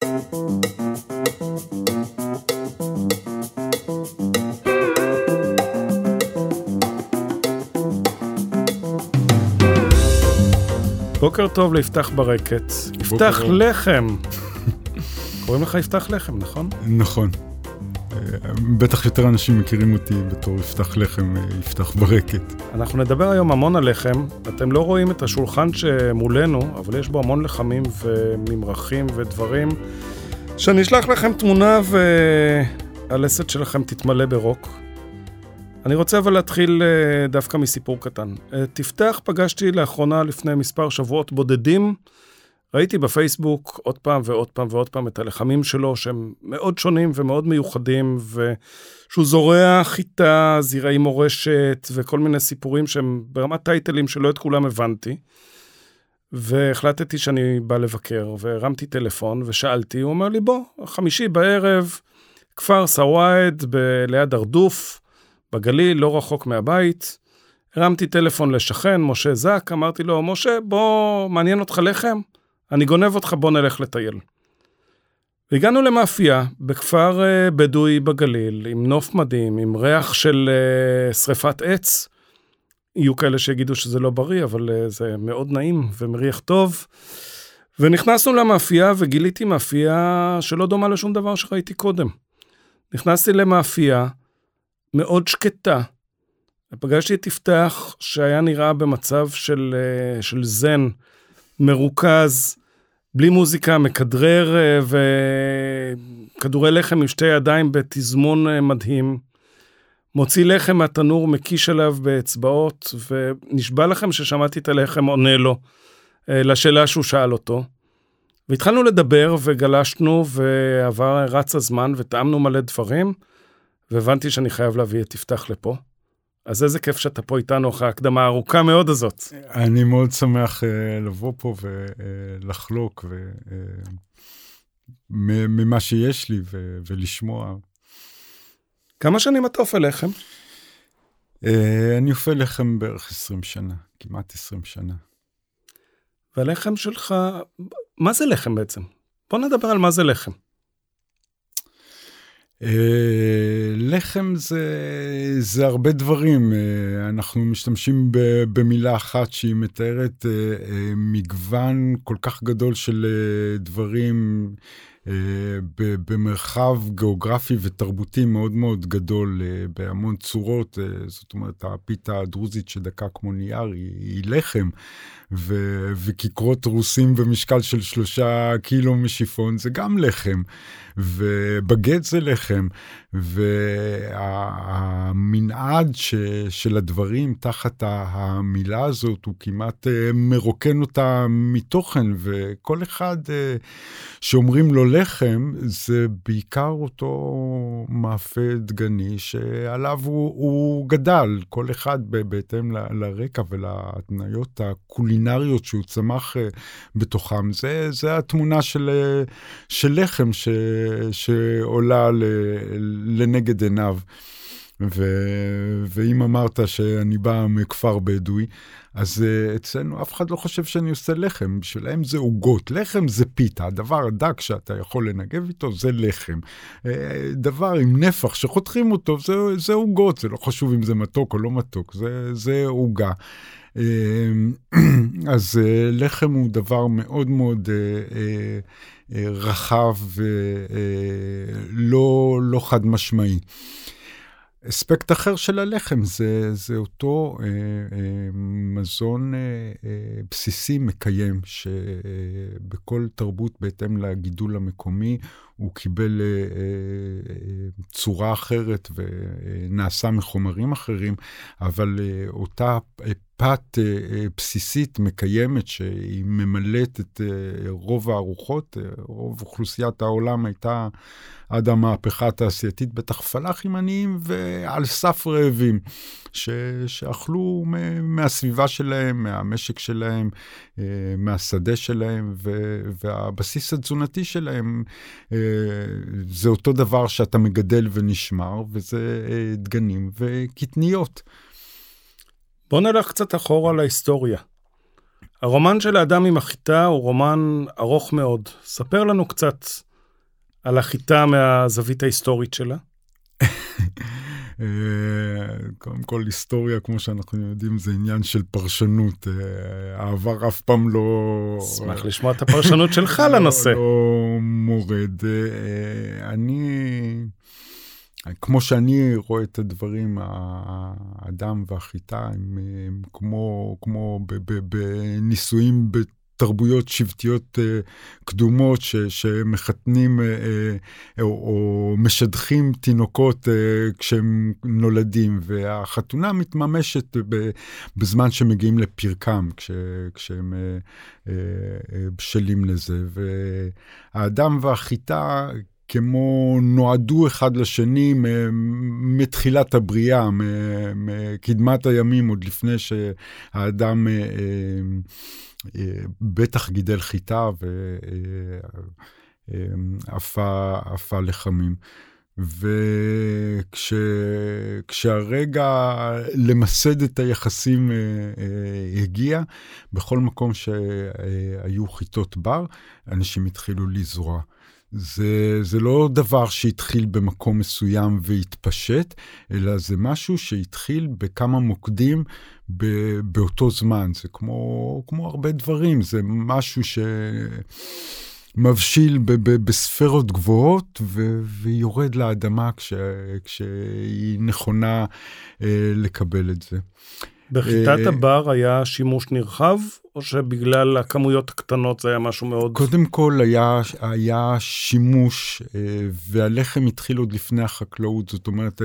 בוקר טוב ליפתח ברקת. יפתח לחם. קוראים לך יפתח לחם, נכון? נכון. בטח יותר אנשים מכירים אותי בתור יפתח לחם, יפתח ברקת. אנחנו נדבר היום המון על לחם. אתם לא רואים את השולחן שמולנו, אבל יש בו המון לחמים וממרחים ודברים. שאני אשלח לכם תמונה והלסת שלכם תתמלא ברוק. אני רוצה אבל להתחיל דווקא מסיפור קטן. תפתח פגשתי לאחרונה לפני מספר שבועות בודדים, ראיתי בפייסבוק עוד פעם ועוד פעם ועוד פעם את הלחמים שלו, שהם מאוד שונים ומאוד מיוחדים, ושהוא זורע חיטה, זרעי מורשת, וכל מיני סיפורים שהם ברמת טייטלים שלא את כולם הבנתי, והחלטתי שאני בא לבקר, והרמתי טלפון ושאלתי, הוא אומר לי בוא, חמישי בערב, כפר סוואד ליד ארדוף, בגליל, לא רחוק מהבית, הרמתי טלפון לשכן, משה זק, אמרתי לו, משה, בוא, מעניין אותך לחם? אני גונב אותך, בוא נלך לטייל. והגענו למאפייה, בכפר בדואי בגליל, עם נוף מדהים, עם ריח של שריפת עץ, יהיו כאלה שיגידו שזה לא בריא, אבל זה מאוד נעים ומריח טוב, ונכנסנו למאפייה, וגיליתי מאפייה שלא דומה לשום דבר שראיתי קודם. נכנסתי למאפייה, מאוד שקטה, ופגשתי את יפתח שהיה נראה במצב של זן, מרוכז, בלי מוזיקה, מקדרר וכדורי לחם עם שתי ידיים בתזמון מדהים, מוציא לחם מהתנור, מקיש עליו באצבעות, ונשבע לכם ששמעתי את הלחם עונה לו, לשאלה שהוא שאל אותו, והתחלנו לדבר וגלשנו, רץ הזמן וטעמנו מלא דברים, והבנתי שאני חייב להביא את תפתח לפה. אז איזה כיף שאתה פה איתנו אחרי ההקדמה הארוכה מאוד הזאת. אני מאוד שמח לבוא פה ולחלוק ממה שיש לי ולשמוע. כמה שנים אתה אופה לחם? אני אופה לחם בערך 20 שנה, כמעט 20 שנה. והלחם שלך, מה זה לחם בעצם? בוא נדבר על מה זה לחם. לחם זה הרבה דברים. אנחנו משתמשים במילה אחת שהיא מתארת מגוון כל כך גדול של דברים במרחב גיאוגרפי ותרבותי מאוד מאוד גדול, בהמון צורות. זאת אומרת, הפיתה הדרוזית שדקה כמו נייר היא לחם, וכיכרות רוסים במשקל של 3 קילו משיפון זה גם לחם, ובגט זה לחם, והמנעד של הדברים תחת המילה הזאת הוא כמעט מרוקן אותה מתוכן, וכל אחד שאומרים לו לחם זה בעיקר אותו מאפה דגני שעליו הוא גדל, כל אחד בהתאם לרקע ולהתניות הקולינריות שהוא צמח בתוכם. זה התמונה של לחם שעולה לנגד עיניו. ואם אמרת שאני בא מכפר בדואי, אז אצלנו אף אחד לא חושב שאני עושה לחם, בשבילם זה עוגות. לחם זה פיתה, הדבר הדק שאתה יכול לנגב איתו זה לחם. דבר עם נפח שחותכים אותו זה עוגות, זה לא חשוב אם זה מתוק או לא מתוק, זה עוגה. אז לחם הוא דבר מאוד מאוד רחב ולא חד משמעי. אספקט אחר של הלחם זה אותו מזון בסיסי מקיים, שבכל תרבות בהתאם לגידול המקומי הוא קיבל צורה אחרת ונעשה מחומרים אחרים, אבל אותה פת בסיסית מקיימת שהיא ממלאת את רוב הארוחות. רוב אוכלוסיית העולם הייתה עד המהפכה התעשייתית בטח פלאחים עניים ועל סף רעבים, שאכלו מהסביבה שלהם, מהמשק שלהם, מהשדה שלהם, והבסיס התזונתי שלהם זה אותו דבר שאתה מגדל ונשמר, וזה דגנים וקטניות. בוא נלך קצת אחורה להיסטוריה. הרומן של האדם עם החיטה הוא רומן ארוך מאוד. ספר לנו קצת על החיטה מהזווית ההיסטורית שלה? קודם כל, היסטוריה, כמו שאנחנו יודעים, זה עניין של פרשנות. העבר אף פעם לא... אשמח לשמוע את הפרשנות שלך לנושא. לא מורד. כמו שאני רואה את הדברים, האדם והחיטה הם כמו בניסויים תרבויות שבטיות קדומות שמחתנים או משדכים תינוקות כשהם נולדים, והחתונה מתממשת בזמן שמגיעים לפרקם, כשהם בשלים לזה. והאדם והחיטה כמו נועדו אחד לשני מתחילת הבריאה, מקדמת הימים, עוד לפני שהאדם בטח גידל חיטה ואפה לחמים. וכשהרגע למסד את היחסים הגיע, בכל מקום שהיו חיטות בר, אנשים התחילו לזרוע. זה לא דבר שהתחיל במקום מסוים והתפשט, אלא זה משהו שהתחיל בכמה מוקדים באותו זמן. זה כמו הרבה דברים, זה משהו שמבשיל בספרות גבוהות ויורד לאדמה כשהיא נכונה לקבל את זה. בחיטת הבר היה שימוש נרחב, או שבגלל הכמויות הקטנות זה היה משהו מאוד... קודם כל היה שימוש, והלחם התחיל עוד לפני החקלאות. זאת אומרת,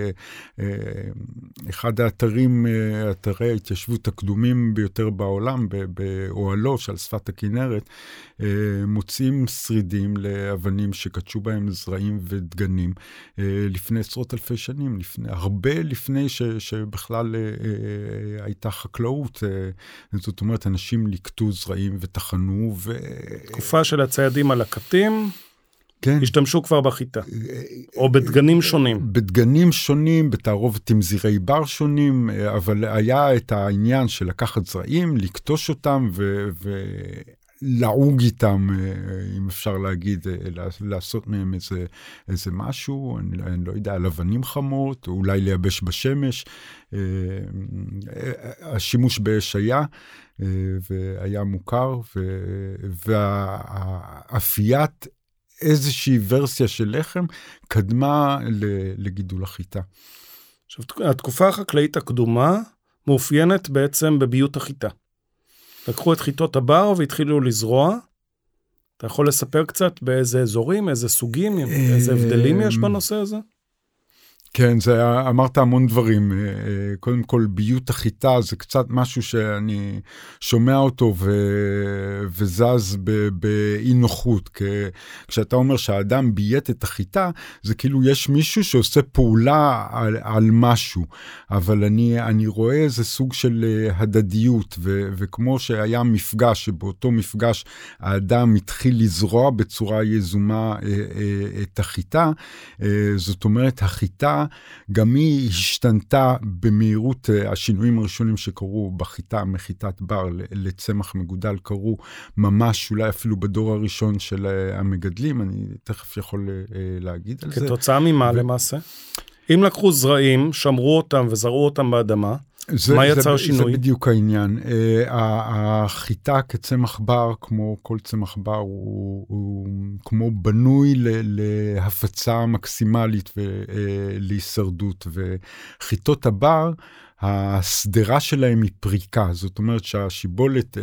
אחד האתרים, אתרי ההתיישבות הקדומים ביותר בעולם, באוהלו שעל שפת הכנרת, מוצאים שרידים לאבנים שקדשו בהם זרעים ודגנים, לפני עשרות אלפי שנים, הרבה לפני שבכלל הייתה חקלאות. זאת אומרת, אנשים לקטו זרעים ותחנו. תקופה של הציידים על הקטים, כן. השתמשו כבר בחיטה, או בדגנים שונים. בדגנים שונים, בתערובת עם זרעי בר שונים, אבל היה את העניין של לקחת זרעים, לקטוש אותם לעוג איתם, אם אפשר להגיד, לעשות מהם איזה משהו, אני לא יודע, לבנים חמות, או אולי לייבש בשמש. השימוש באש והיה מוכר, והאפיית איזושהי ורסיה של לחם קדמה לגידול החיטה. עכשיו, התקופה החקלאית הקדומה מאופיינת בעצם בביות החיטה. לקחו את חיטות הבר והתחילו לזרוע. אתה יכול לספר קצת באיזה אזורים, איזה סוגים, איזה הבדלים יש בנושא הזה? כן, אמרת המון דברים. קודם כל, ביות החיטה זה קצת משהו שאני שומע אותו וזז באי נוחות. כשאתה אומר שהאדם ביית את החיטה, זה כאילו יש מישהו שעושה פעולה על משהו. אבל אני רואה איזה סוג של הדדיות, וכמו שהיה מפגש, שבאותו מפגש האדם התחיל לזרוע בצורה יזומה את החיטה, זאת אומרת, החיטה גם היא השתנתה במהירות. השינויים הראשונים שקרו בחיטה, מחיטת בר לצמח מגודל, קרו ממש אולי אפילו בדור הראשון של המגדלים. אני תכף יכול להגיד על זה. כתוצאה ממה למעשה? אם לקחו זרעים, שמרו אותם וזרעו אותם באדמה, מה יצר שינוי? זה בדיוק העניין. החיטה כצמח בר, כמו כל צמח בר, הוא כמו בנוי להפצה מקסימלית ולהישרדות. וחיטות הבר, הסדרה שלהם היא פריקה. זאת אומרת שהשיבולת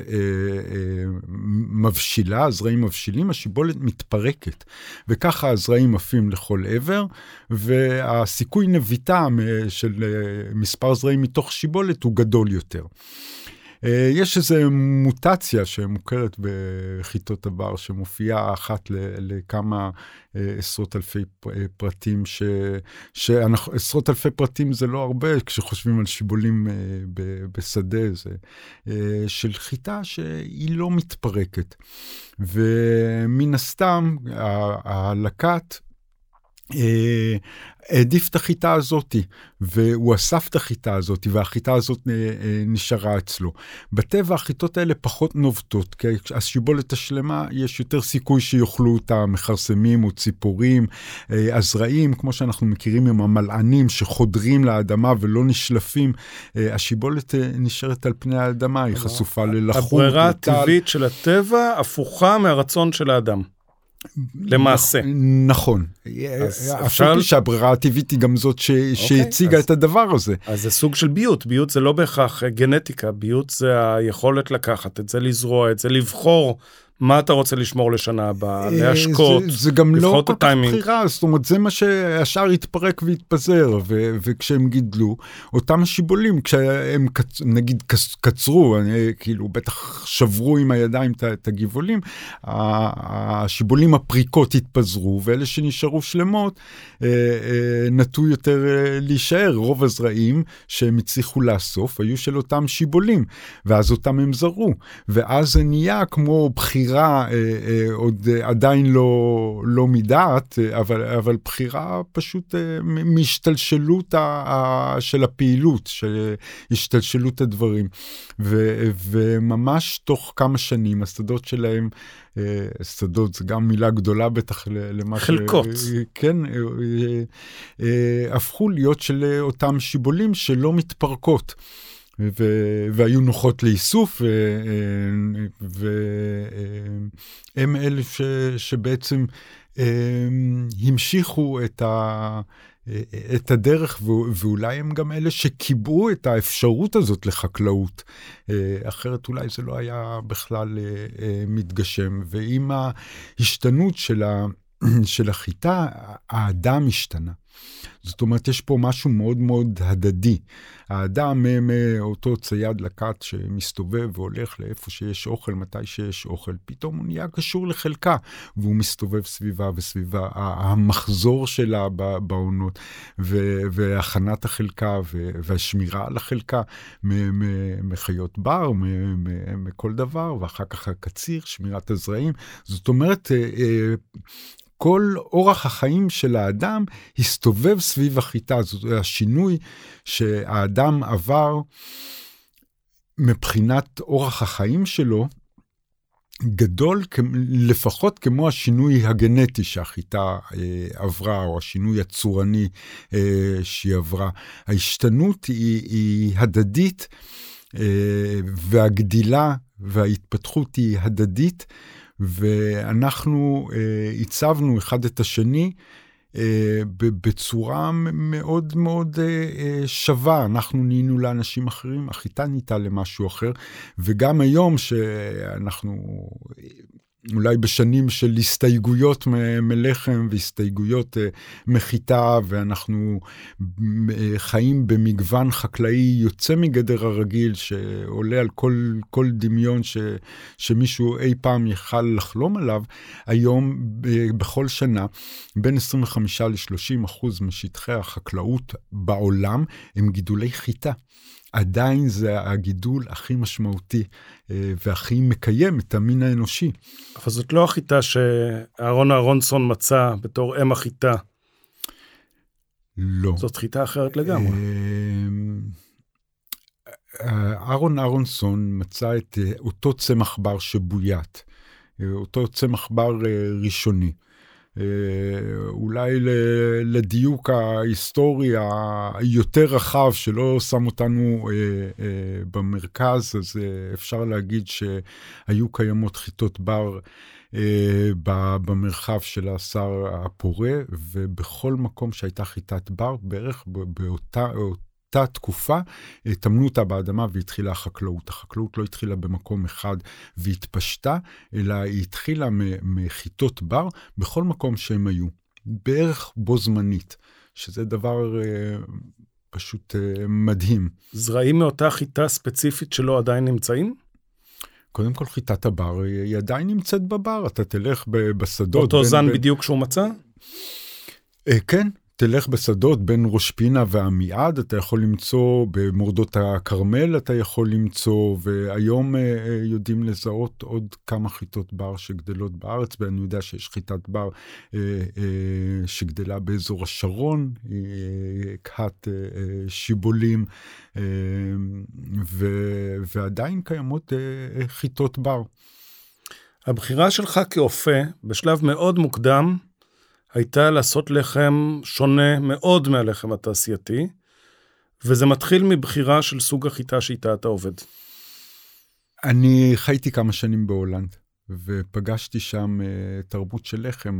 מבשילה, הזרעים מבשילים, השיבולת מתפרקת. וככה הזרעים עפים לכל עבר, והסיכוי נביטה של מספר זרעים מתוך שיבולת הוא גדול יותר. יש איזו מוטציה שמוכרת בחיטות הבר, שמופיעה אחת לכמה עשרות אלפי פרטים, עשרות אלפי פרטים זה לא הרבה, כשחושבים על שיבולים בשדה, של חיטה שהיא לא מתפרקת. ומן הסתם, הלקט העדיף את החיטה הזאת, והוא אסף את החיטה הזאת, והחיטה הזאת נשארה אצלו. בטבע החיטות האלה פחות נובטות, כי השיבולת השלמה יש יותר סיכוי שיוכלו אותה מחרסמים או ציפורים, הזרעים, כמו שאנחנו מכירים עם המלענים שחודרים לאדמה ולא נשלפים, השיבולת נשארת על פני האדמה, היא חשופה ללחות. הברירה הטבעית של הטבע הפוכה מהרצון של האדם. למעשה. נכון. אפשר שהברירה הטבעית היא גם זאת שהציגה את הדבר הזה. אז זה סוג של ביות. ביות זה לא בהכרח גנטיקה. ביות זה היכולת לקחת את זה, לזרוע את זה, לבחור מה אתה רוצה לשמור לשנה הבאה, להשקות, זה גם לא כל כך בחירה, זאת אומרת, זה מה שהשאר התפרק והתפזר, וכשהם גידלו, אותם השיבולים, כשהם נגיד קצרו, כאילו בטח שברו עם הידיים את הגיבולים, השיבולים הפריקות התפזרו, ואלה שנשארו שלמות, נטו יותר להישאר. רוב הזרעים שהם הצליחו לאסוף, היו של אותם שיבולים, ואז אותם הם זרו, ואז זה נהיה כמו בחירה, עוד עדיין לא מדעת, אבל בחירה פשוט מהשתלשלות של הפעילות, של השתלשלות הדברים. וממש תוך כמה שנים, השדות שלהם, שדות זה גם מילה גדולה בטח למה חלקות. כן, הפכו להיות של אותם שיבולים שלא מתפרקות. והיו נוחות לאיסוף, והם אלה שבעצם המשיכו את הדרך, ואולי הם גם אלה שקיבעו את האפשרות הזאת לחקלאות. אחרת אולי זה לא היה בכלל מתגשם. ועם ההשתנות של החיטה, האדם השתנה. זאת אומרת, יש פה משהו מאוד מאוד הדדי. האדם מאותו צייד לקט שמסתובב והולך לאיפה שיש אוכל, מתי שיש אוכל, פתאום הוא נהיה קשור לחלקה, והוא מסתובב סביבה וסביבה, המחזור שלה בעונות, והכנת החלקה, והשמירה על החלקה, מחיות בר, מכל דבר, ואחר כך הקציר, שמירת הזרעים. זאת אומרת, כל אורח החיים של האדם הסתובב סביב החיטה. זאת השינוי שהאדם עבר מבחינת אורח החיים שלו, גדול לפחות כמו השינוי הגנטי שהחיטה עברה, או השינוי הצורני שהיא עברה. ההשתנות היא הדדית, והגדילה וההתפתחות היא הדדית, ואנחנו הצבנו אחד את השני בצורה מאוד מאוד שווה. אנחנו נהיינו לאנשים אחרים, החיטה נהייתה למשהו אחר, וגם היום שאנחנו אולי בשנים של הסתייגויות מלחם והסתייגויות מחיטה, ואנחנו חיים במגוון חקלאי יוצא מגדר הרגיל, שעולה על כל דמיון שמישהו אי פעם יכל לחלום עליו. היום בכל שנה בין 25 ל-30% משטחי החקלאות בעולם הם גידולי חיטה. עדיין זה הגידול הכי משמעותי והכי מקיים את המין האנושי. אבל זאת לא החיטה שאהרון אהרונסון מצא בתור אם החיטה. לא. זאת חיטה אחרת לגמרי. אהרון אהרונסון מצא את אותו צמח בר שבוית, אותו צמח בר ראשוני. אולי לדיוק ההיסטורי היותר רחב שלא שם אותנו במרכז, אז אפשר להגיד שהיו קיימות חיטות בר במרחב של השר הפורה, ובכל מקום שהייתה חיטת בר, בערך באותה תקופה, תמנו אותה באדמה והתחילה החקלאות. החקלאות לא התחילה במקום אחד והתפשטה, אלא היא התחילה מחיטות בר בכל מקום שהם היו, בערך בו זמנית, שזה דבר פשוט מדהים. זרעים מאותה חיטה ספציפית שלא עדיין נמצאים? קודם כל חיטת הבר היא עדיין נמצאת בבר, אתה תלך בשדות. אותו זן בדיוק שהוא מצא? כן. תלך בשדות בין ראש פינה ועמיעד, אתה יכול למצוא במורדות הכרמל, אתה יכול למצוא, והיום יודעים לזהות עוד כמה חיטות בר שגדלות בארץ, ואני יודע שיש חיטת בר שגדלה באזור השרון, כהת שיבולים, ועדיין קיימות חיטות בר. הבחירה שלך כאופה, בשלב מאוד מוקדם, הייתה לעשות לחם שונה מאוד מהלחם התעשייתי, וזה מתחיל מבחירה של סוג החיטה שאיתה אתה עובד. אני חייתי כמה שנים בהולנד, ופגשתי שם תרבות של לחם.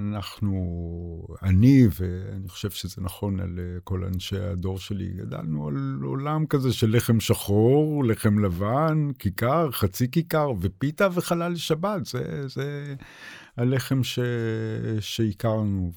אני ואני חושב שזה נכון על כל אנשי הדור שלי, גדלנו על עולם כזה של לחם שחור, לחם לבן, כיכר, חצי כיכר, ופיתה וחלל לשבת. זה הלחם שהכרנו.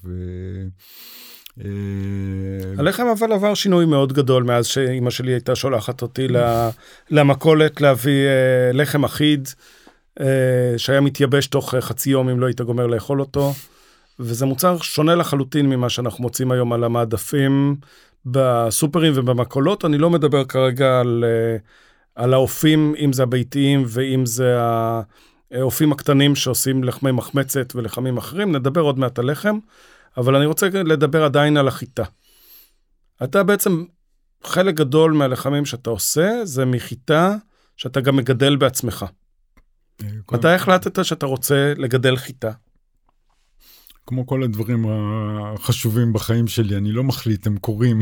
הלחם אבל עבר שינוי מאוד גדול מאז שאמא שלי הייתה שולחת אותי למכולת להביא לחם אחיד, שהיה מתייבש תוך חצי יום אם לא היית גומר לאכול אותו, וזה מוצר שונה לחלוטין ממה שאנחנו מוצאים היום על המעדפים בסופרים ובמכולות. אני לא מדבר כרגע על האופים, אם זה הביתיים ואם זה האופים הקטנים שעושים לחמי מחמצת ולחמים אחרים, נדבר עוד מעט על לחם, אבל אני רוצה לדבר עדיין על החיטה. אתה בעצם, חלק גדול מהלחמים שאתה עושה, זה מחיטה שאתה גם מגדל בעצמך. מתי החלטת שאתה רוצה לגדל חיטה? כמו כל הדברים החשובים בחיים שלי, אני לא מחליט, הם קורים.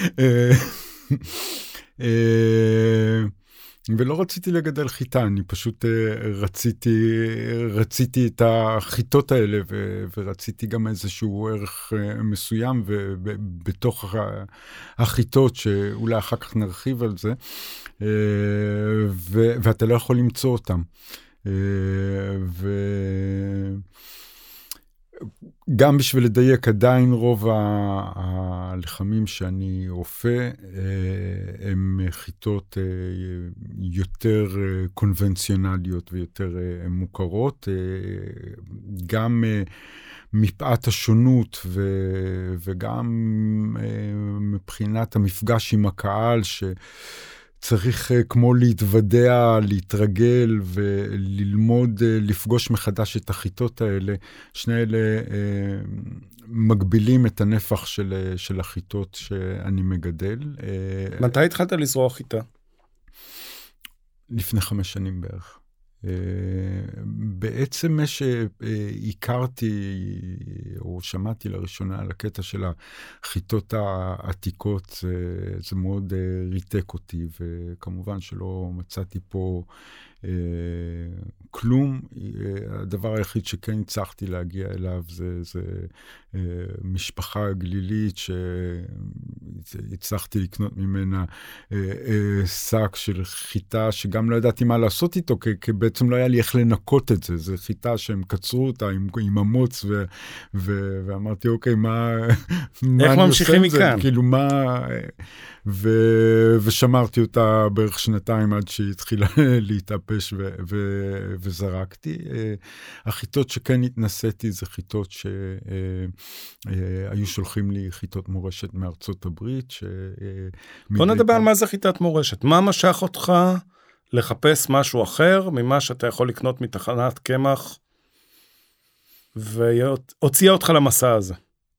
ולא רציתי לגדל חיטה, אני פשוט רציתי את החיטות האלה, ורציתי גם איזשהו ערך מסוים, ובתוך החיטות, שאולי אחר כך נרחיב על זה, ואתה לא יכול למצוא אותם. גם בשביל לדייק, עדיין רוב הלחמים שאני אופה, הם חיטות יותר קונבנציונליות ויותר מוכרות, גם מפאת השונות וגם מבחינת המפגש עם הקהל צריך כמו להתוודע, להתרגל וללמוד, לפגוש מחדש את החיטות האלה. שני אלה מגבילים את הנפח של החיטות שאני מגדל. מתי התחלת לזרוע חיטה? לפני 5 שנים בערך. בעצם מה שהכרתי או שמעתי לראשונה על הקטע של החיטות העתיקות, זה מאוד ריתק אותי, וכמובן שלא מצאתי פה כלום. הדבר היחיד שכן הצלחתי להגיע אליו זה משפחה גלילית שהצלחתי לקנות ממנה שק של חיטה שגם לא ידעתי מה לעשות איתו, כי בעצם לא היה לי איך לנקות את זה. זה חיטה שהם קצרו אותה עם המוץ, ואמרתי, אוקיי, מה איך ממשיכים מכאן? כאילו מה... ושמרתי אותה בערך 2 עד שהיא התחילה להתאפש וזרקתי. החיטות שכן התנסיתי זה חיטות שהיו שולחים לי חיטות מורשת מארצות הברית. בוא נדבר על מה זה חיטת מורשת. מה משך אותך לחפש משהו אחר ממה שאתה יכול לקנות מתחנת קמח והוציאה אותך למסע הזה?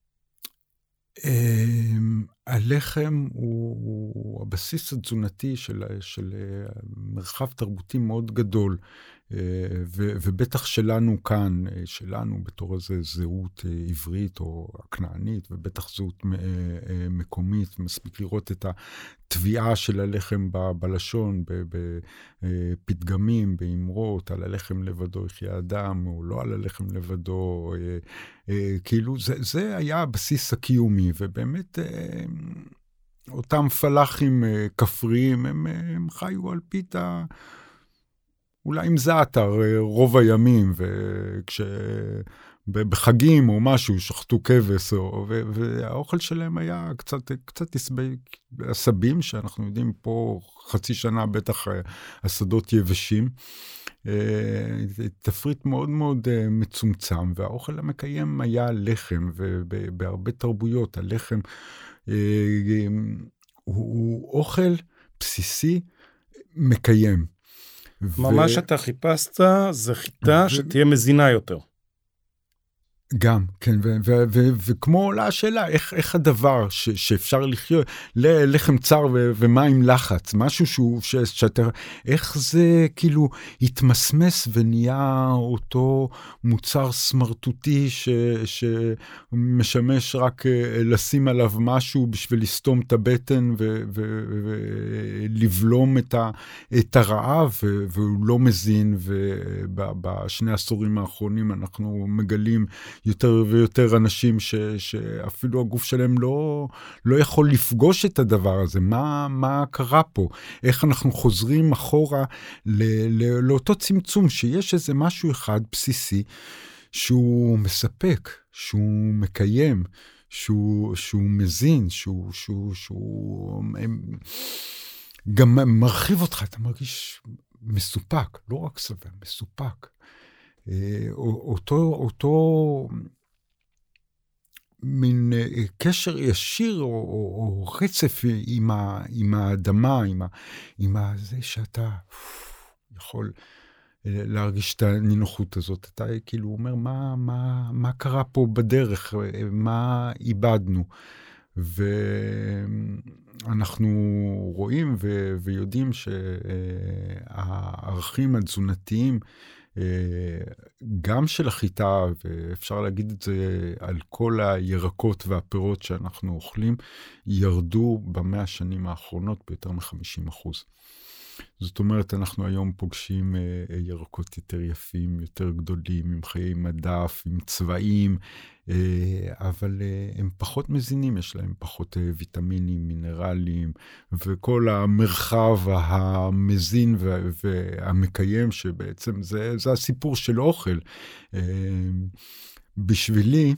הלחם הוא הבסיס התזונתי של מרחב תרבותי מאוד גדול, ובטח שלנו כאן, שלנו בתור איזו זהות עברית או הכנענית, ובטח זהות מקומית, מספיק לראות את התביעה של הלחם בלשון, בפתגמים, באמרות, על הלחם לבדו יחיה אדם, או לא על הלחם לבדו, כאילו זה היה הבסיס הקיומי, ובאמת אותם פלחים כפריים, הם חיו על פיתה, אולי עם זעתר רוב הימים, בחגים או משהו, שחטו כבש, והאוכל שלהם היה קצת עשבים, שאנחנו יודעים פה חצי שנה בטח השדות יבשים, תפריט מאוד מאוד מצומצם, והאוכל המקיים היה לחם, ובהרבה תרבויות הלחם הוא אוכל בסיסי מקיים. ממש אתה חיפשת, זה חיטה שתהיה מזינה יותר. גם, כן, וכמו עולה השאלה, איך הדבר שאפשר לחיות, לחם צר ומים לחץ, משהו שאתה, איך זה כאילו התמסמס ונהיה אותו מוצר סמרטוטי שמשמש רק לשים עליו משהו בשביל לסתום את הבטן ולבלום את הרעב, והוא לא מזין, ובשני עשורים האחרונים אנחנו מגלים יותר ויותר אנשים שאפילו הגוף שלהם לא יכול לפגוש את הדבר הזה. מה קרה פה? איך אנחנו חוזרים אחורה לאותו צמצום, שיש איזה משהו אחד בסיסי, שהוא מספק, שהוא מקיים, שהוא מזין, שהוא גם מרחיב אותך, אתה מרגיש מסופק, לא רק סבבה, מסופק. אותו מין קשר ישיר או רצף עם האדמה, עם זה שאתה יכול להרגיש את הנינוחות הזאת. אתה כאילו אומר, מה קרה פה בדרך? מה איבדנו? ואנחנו רואים ויודעים שהערכים התזונתיים, גם של החיטה, ואפשר להגיד את זה על כל הירקות והפירות שאנחנו אוכלים, ירדו ב100 השנים האחרונות ביותר מ50%. זאת אומרת, אנחנו היום פוגשים ירקות יותר יפים, יותר גדולים, עם חיי מדף, עם צבעים, אבל הם פחות מזינים, יש להם פחות ויטמינים, מינרלים, וכל המרחב המזין והמקיים, שבעצם זה הסיפור של אוכל. בשבילי,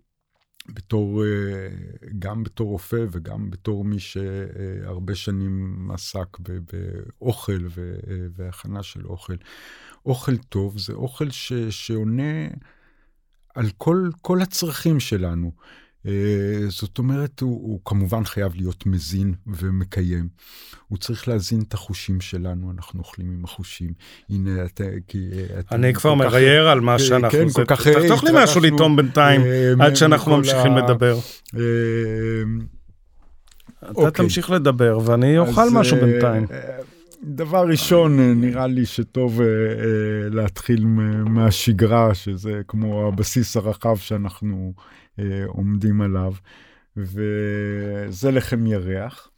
גם בתור רופא וגם בתור מי שהרבה שנים עסק באוכל והכנה של אוכל. אוכל טוב זה אוכל שעונה על כל הצרכים שלנו. זאת אומרת, הוא כמובן חייב להיות מזין ומקיים. הוא צריך להזין את החושים שלנו, אנחנו אוכלים עם החושים. הנה, אני כבר מרייר על מה שאנחנו... כן, כל כך... תחתוך לי משהו לטעום בינתיים, עד שאנחנו ממשיכים לדבר. אתה תמשיך לדבר, ואני אוכל משהו בינתיים. דבר ראשון, נראה לי שטוב להתחיל מהשגרה, שזה כמו הבסיס הרחב שאנחנו עומדים עליו, וזה לחם ירח,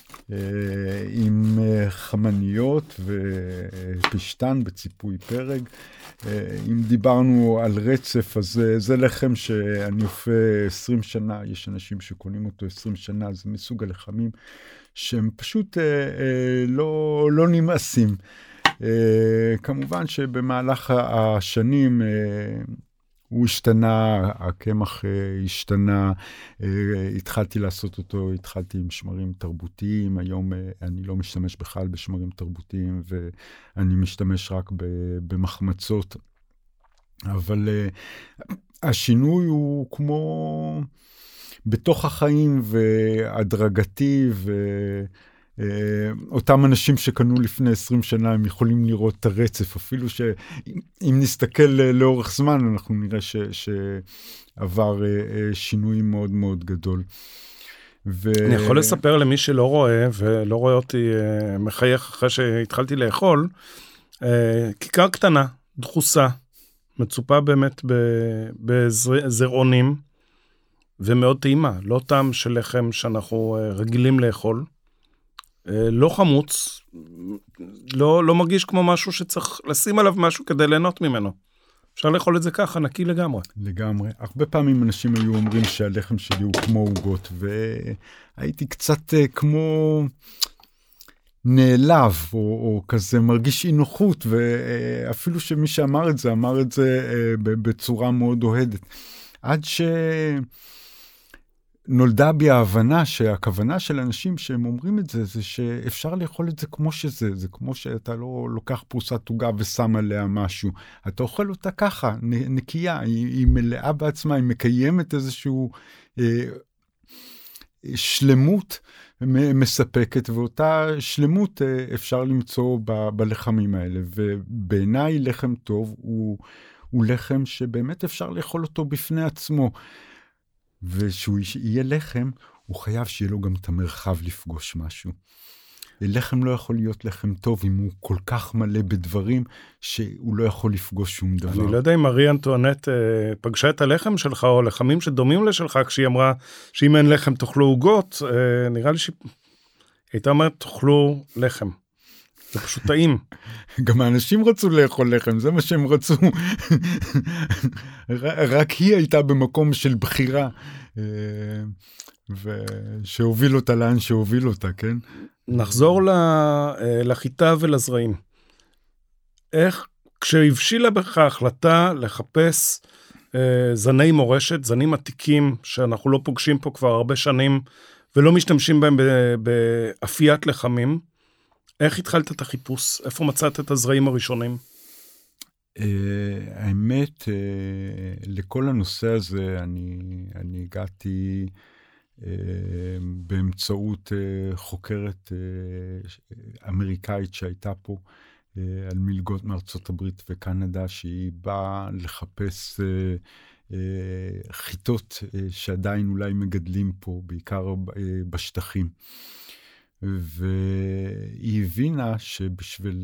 עם חמניות ופשטן בציפוי פרג. אם דיברנו על רצף, אז זה לחם שאני אופה 20 שנה, יש אנשים שקונים אותו 20 שנה, זה מסוג הלחמים שהם פשוט לא נמאסים. כמובן שבמהלך השנים הוא השתנה, הקמח השתנה, התחלתי לעשות אותו, התחלתי עם שמרים תרבותיים, היום אני לא משתמש בכלל בשמרים תרבותיים, ואני משתמש רק במחמצות, אבל השינוי הוא כמו בתוך החיים והדרגתי, אותם אנשים שקנו לפני 20 שנה, הם יכולים לראות את הרצף, אפילו שאם נסתכל לאורך זמן, אנחנו נראה שעבר שינוי מאוד מאוד גדול. אני יכול לספר למי שלא רואה, ולא רואה אותי מחייך אחרי שהתחלתי לאכול, כיכר קטנה, דחוסה, מצופה באמת בזרעונים, ומאוד טעימה, לא טעם של לחם שאנחנו רגילים לאכול, לא חמוץ, לא מרגיש כמו משהו שצריך לשים עליו משהו כדי ליהנות ממנו. אפשר לאכול את זה ככה, נקי לגמרי. לגמרי. הרבה פעמים אנשים היו אומרים שהלחם שלי הוא כמו עוגות, והייתי קצת כמו נעלב, או כזה מרגיש אי נוחות, ואפילו שמי שאמר את זה, אמר את זה בצורה מאוד אוהדת. עד שנולדה בי ההבנה שהכוונה של אנשים שהם אומרים את זה, זה שאפשר לאכול את זה כמו שזה, זה כמו שאתה לא לוקח פרוסת עוגה ושם עליה משהו, אתה אוכל אותה ככה, נקייה, היא מלאה בעצמה, היא מקיימת איזשהו שלמות מספקת, ואותה שלמות אפשר למצוא בלחמים האלה, ובעיניי לחם טוב הוא לחם שבאמת אפשר לאכול אותו בפני עצמו, ושהוא יהיה לחם, הוא חייב שיהיה לו גם את המרחב לפגוש משהו. לחם לא יכול להיות לחם טוב אם הוא כל כך מלא בדברים שהוא לא יכול לפגוש שום דבר. אני לא יודע אם מארי אנטואנט פגשה את הלחם שלך או לחמים שדומים לשלך כשהיא אמרה שאם אין לחם תאכלו עוגות, נראה לי שהיא הייתה אומרת תאכלו לחם. זה פשוט טעים. גם האנשים רצו לאכול לחם, זה מה שהם רצו. רק היא הייתה במקום של בחירה, ושהוביל אותה לאן שהוביל אותה, כן? נחזור לחיטה ולזרעים. איך, כשהבשילה בך ההחלטה לחפש זני מורשת, זנים עתיקים שאנחנו לא פוגשים פה כבר הרבה שנים, ולא משתמשים בהם באפיית לחמים, איך התחלת את החיפוש? איפה מצאת את הזרעים הראשונים? האמת, לכל הנושא הזה אני הגעתי באמצעות חוקרת אמריקאית שהייתה פה על מלגות מארצות הברית וקנדה, שהיא באה לחפש חיטות שעדיין אולי מגדלים פה, בעיקר בשטחים. והיא הבינה שבשביל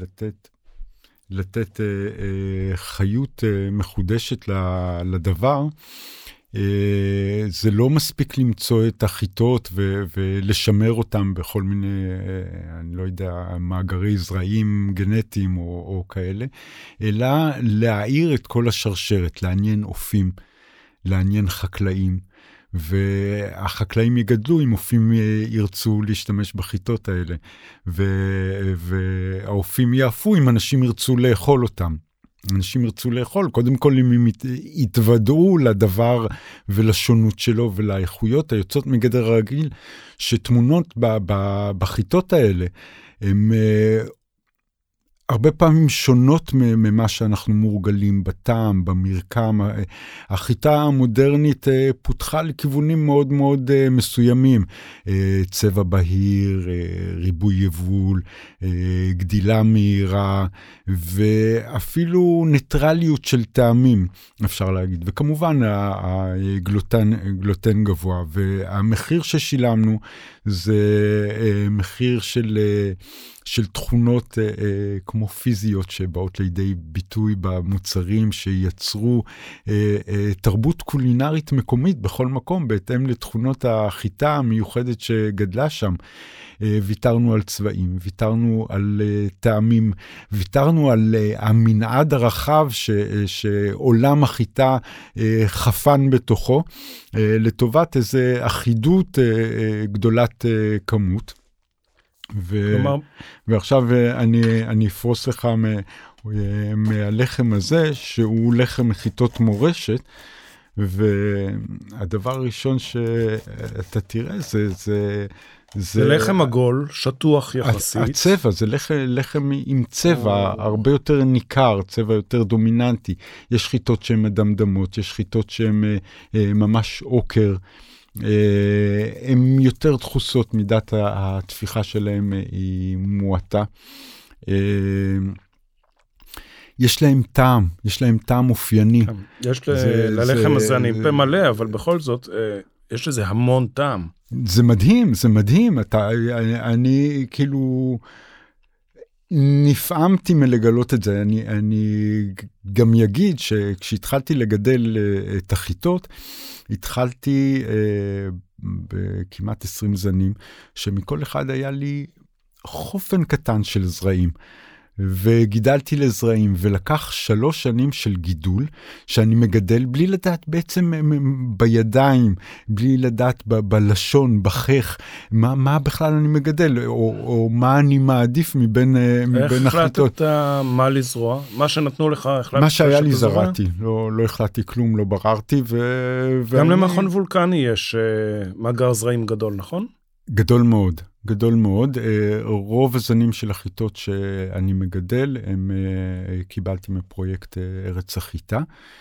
לתת חיות מחודשת לדבר, זה לא מספיק למצוא את החיטות ולשמר אותם בכל מיני, אני לא יודע, מאגרי זרעים גנטיים או כאלה, אלא להעיר את כל השרשרת, לעניין אופים, לעניין חקלאים, והחקלאים יגדלו אם אופים ירצו להשתמש בחיטות האלה, והאופים יעפו אם אנשים ירצו לאכול אותם. אנשים ירצו לאכול, קודם כל אם הם יתוודעו לדבר ולשונות שלו ולאיכויות היוצאות מגדר הרגיל, שתמונות בחיטות האלה הם הרבה פעמים שונות ממה שאנחנו מורגלים בטעם, במרקם. החיטה המודרנית פותחה לכיוונים מאוד מאוד מסוימים. צבע בהיר, ריבוי יבול, גדילה מהירה, ואפילו ניטרליות של טעמים, אפשר להגיד. וכמובן, גלוטן גבוה. והמחיר ששילמנו זה מחיר של תכונות כמו פיזיות שבאות לידי ביטוי במוצרים שיצרו תרבות קולינרית מקומית בכל מקום, בהתאם לתכונות החיטה המיוחדת שגדלה שם. ויתרנו על צבעים, ויתרנו על טעמים, ויתרנו על המנעד הרחב שעולם החיטה חפן בתוכו, לטובת איזו אחידות גדולת כמות. ועכשיו אני אפרוס לך מהלחם הזה, שהוא לחם מחיטות מורשת, והדבר הראשון שאתה תראה זה לחם עגול, שטוח יחסית. הצבע, זה לחם עם צבע הרבה יותר ניכר, צבע יותר דומיננטי. יש חיטות שהן מדמדמות, יש חיטות שהן ממש עוקר, הן יותר דחוסות, מידת התפיחה שלהן היא מועטה. יש להם טעם, יש להם טעם אופייני. יש ללחם הזה אני פה מלא, אבל בכל זאת, יש לזה המון טעם. זה מדהים, זה מדהים. אני כאילו נפעמתי מלגלות את זה. אני גם אגיד שכשהתחלתי לגדל את החיטות, התחלתי בכמעט 20 זנים, שמכל אחד היה לי חופן קטן של זרעים. וגידלתי לזרעים, ולקח 3 שנים של גידול, שאני מגדל בלי לדעת בעצם בידיים, בלי לדעת בלשון, בחך, מה בכלל אני מגדל, או מה אני מעדיף מבין החיטות. איך החלטת מה לזרוע? מה שנתנו לך, החלטת מה שהיה לי זרעתי, לא החלטתי כלום, לא בררתי. גם למכון וולקני יש מאגר זרעים גדול, נכון? גדול מאוד, גדול מאוד. רוב הזנים של החיטות שאני מגדל, הם קיבלתי מפרויקט ארץ החיטה.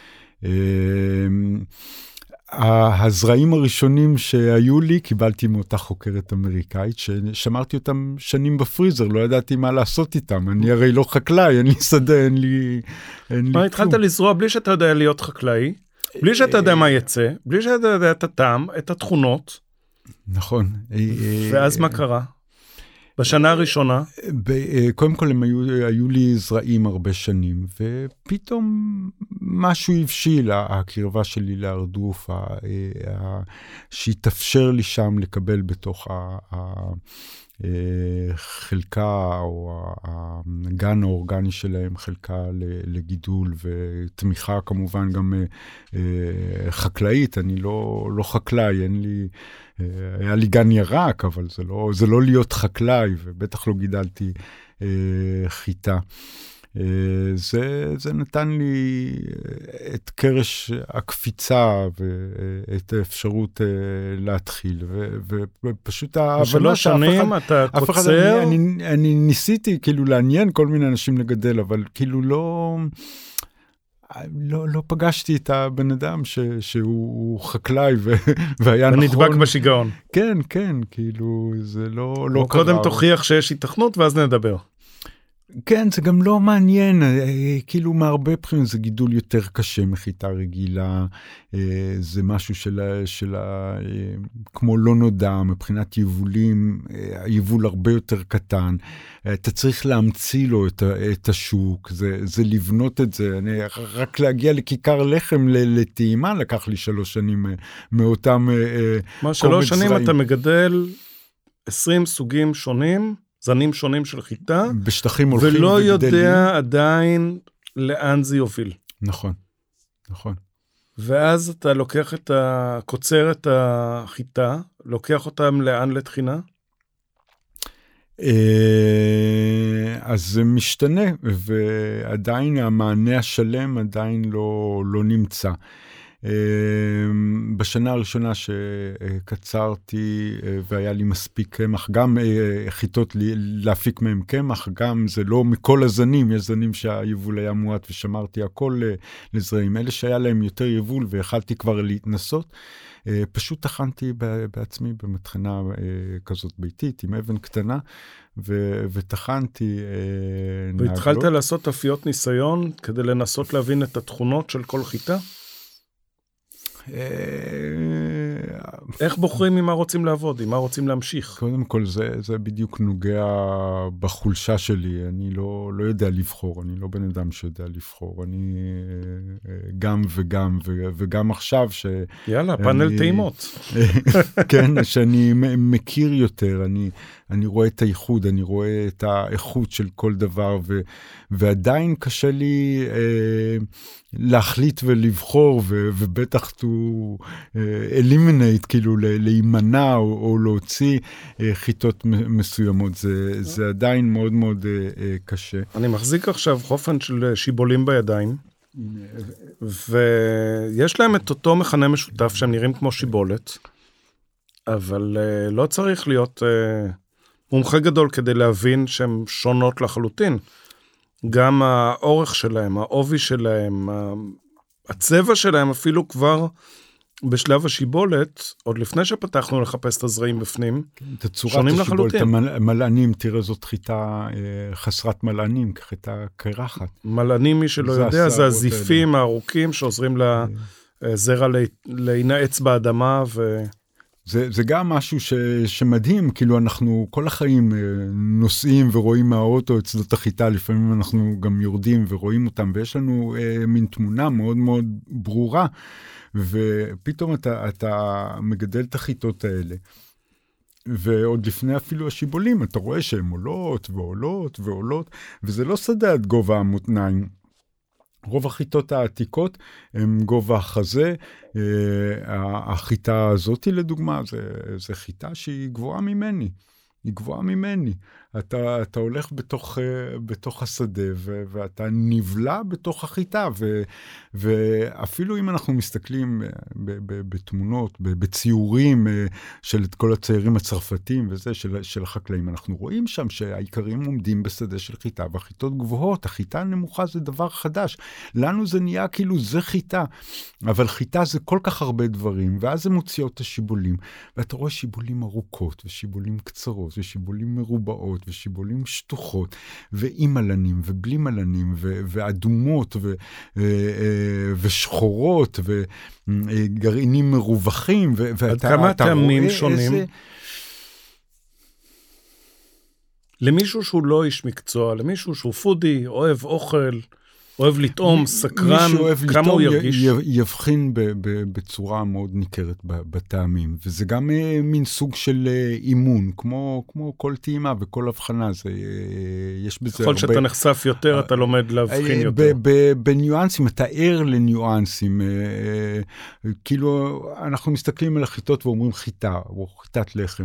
הזרעים הראשונים שהיו לי, קיבלתי מאותה חוקרת אמריקאית, ששמרתי אותם שנים בפריזר, לא ידעתי מה לעשות איתם. אני הרי לא חקלאי, אין לי שדה, אין לי מה, התחלת לזרוע בלי שאתה יודע להיות חקלאי, בלי שאתה יודע מה יצא, בלי שאתה יודע את הטעם, את התכונות. נכון. ואז מה קרה? בשנה הראשונה? קודם כל הם היו לי זרעים הרבה שנים, ופתאום משהו הבשיל, הקרבה שלי להרדוף, שהתאפשר לי שם לקבל בתוך חלקה, או הגן האורגני שלהם, חלקה לגידול, ותמיכה כמובן גם חקלאית. אני לא חקלאי, אין לי... היה לי גן ירק, אבל זה לא להיות חקלאי, ובטח לא גידלתי חיטה. זה נתן לי את קרש הקפיצה, ואת האפשרות להתחיל, ופשוט ההבנה שנים אתה קוצר. אני ניסיתי כאילו לעניין כל מיני אנשים לגדל, אבל כאילו לא פגשתי את הבן אדם שהוא חקלאי והיה נכון. ונדבק בשיגעון. כן, כאילו זה לא קרה. קודם תוכיח שיש התכנות ואז נדבר. כן, זה גם לא מעניין, כאילו מהרבה בחינות זה גידול יותר קשה מחיטה רגילה, זה משהו כמו לא נודע, מבחינת יבולים, היבול הרבה יותר קטן, אתה צריך להמציא לו את השוק, זה לבנות את זה, רק להגיע לכיכר לחם לטעימה לקח לי 3 שנים מאותם מה 3 שנים אתה מגדל 20 סוגים שונים, זנים שונים של חיטה, בשטחים הולכים ולא וגדלים. יודע עדיין לאן זה יוביל. נכון. ואז אתה לוקח קוצר את החיטה, לוקח אותם לאן לתחינה? אז זה משתנה, ועדיין המענה השלם עדיין לא נמצא. בשנה הראשונה שקצרתי והיה לי מספיק קמח, גם חיטות להפיק מהם קמח, גם זה לא מכל הזנים, יש זנים שהיבול היה מועט ושמרתי הכל לזרעים, אלה שהיה להם יותר יבול ויכלתי כבר להתנסות, פשוט תכנתי בעצמי במטחנה כזאת ביתית עם אבן קטנה, ותכנתי נעגלות. והתחלת לעשות אפיות ניסיון כדי לנסות להבין את התכונות של כל חיטה? איך בוחרים עם מה רוצים לעבוד, עם מה רוצים להמשיך? קודם כל זה בדיוק נוגע בחולשה שלי, אני לא יודע לבחור, אני לא בן אדם שיודע לבחור, אני גם וגם עכשיו יאללה, פאנל טעימות. כן, שאני מכיר יותר, אני רואה את הייחוד, אני רואה את האיכות של כל דבר, ועדיין קשה לי להחליט ולבחור, ובטח to eliminate, כאילו להימנע או להוציא חיטות מסוימות, זה עדיין מאוד מאוד קשה. אני מחזיק עכשיו חופן של שיבולים בידיים, ויש להם את אותו מכנה משותף שהם נראים כמו שיבולת, אבל לא צריך להיות מומחה גדול כדי להבין שהן שונות לחלוטין. גם האורך שלהם, העובי שלהם, הצבע שלהם אפילו כבר בשלב השיבולת, עוד לפני שפתחנו לחפש את הזרעים בפנים, שונים לחלוטין. מלענים, תראה זאת חיטה חסרת מלענים, חיטה קרחת. מלענים, מי שלא יודע, זה הזיפים הארוכים שעוזרים לזרע להינעץ באדמה זה גם משהו שמדהים, כאילו אנחנו כל החיים נוסעים ורואים מהאוטו את שדות החיטה, לפעמים אנחנו גם יורדים ורואים אותם, ויש לנו מין תמונה מאוד מאוד ברורה, ופתאום אתה מגדל את החיטות האלה, ועוד לפני אפילו השיבולים, אתה רואה שהן עולות ועולות ועולות, וזה לא סדה עד גובה המותניים. רוב החיטות העתיקות הם גובה החזה. החיטה הזאת לדוגמה, זה חיטה שהיא גבוהה ממני. היא גבוהה ממני. אתה הולך בתוך השדה, ואתה נבלע בתוך החיטה, ואפילו אם אנחנו מסתכלים בתמונות, בציורים של כל הציירים הצרפתיים וזה, של החקלאים, אנחנו רואים שם שהעיקרים עומדים בשדה של חיטה, והחיטות גבוהות, החיטה הנמוכה זה דבר חדש. לנו זה נהיה כאילו זה חיטה, אבל חיטה זה כל כך הרבה דברים, ואז זה מוציאות את השיבולים, ואתה רואה שיבולים ארוכות, ושיבולים קצרות, ושיבולים מרובעות, ושיבולים שטוחות, ועם מלנים, ובלי מלנים, ואדומות, ושחורות, וגרעינים מרווחים, עד כמה טעמים שונים? למישהו שהוא לא איש מקצוע, למישהו שהוא פודי, אוהב אוכל, אוהב לטעום, סקרן, כמה הוא ירגיש? יבחין בצורה מאוד ניכרת בטעמים, וזה גם מין סוג של אימון, כמו כל טעימה וכל הבחנה, יש בזה ככל שאתה נחשף יותר, אתה לומד להבחין יותר. בניואנסים, אתה ער לניואנסים, כאילו אנחנו מסתכלים על החיטות ואומרים חיטה, או חיטת לחם,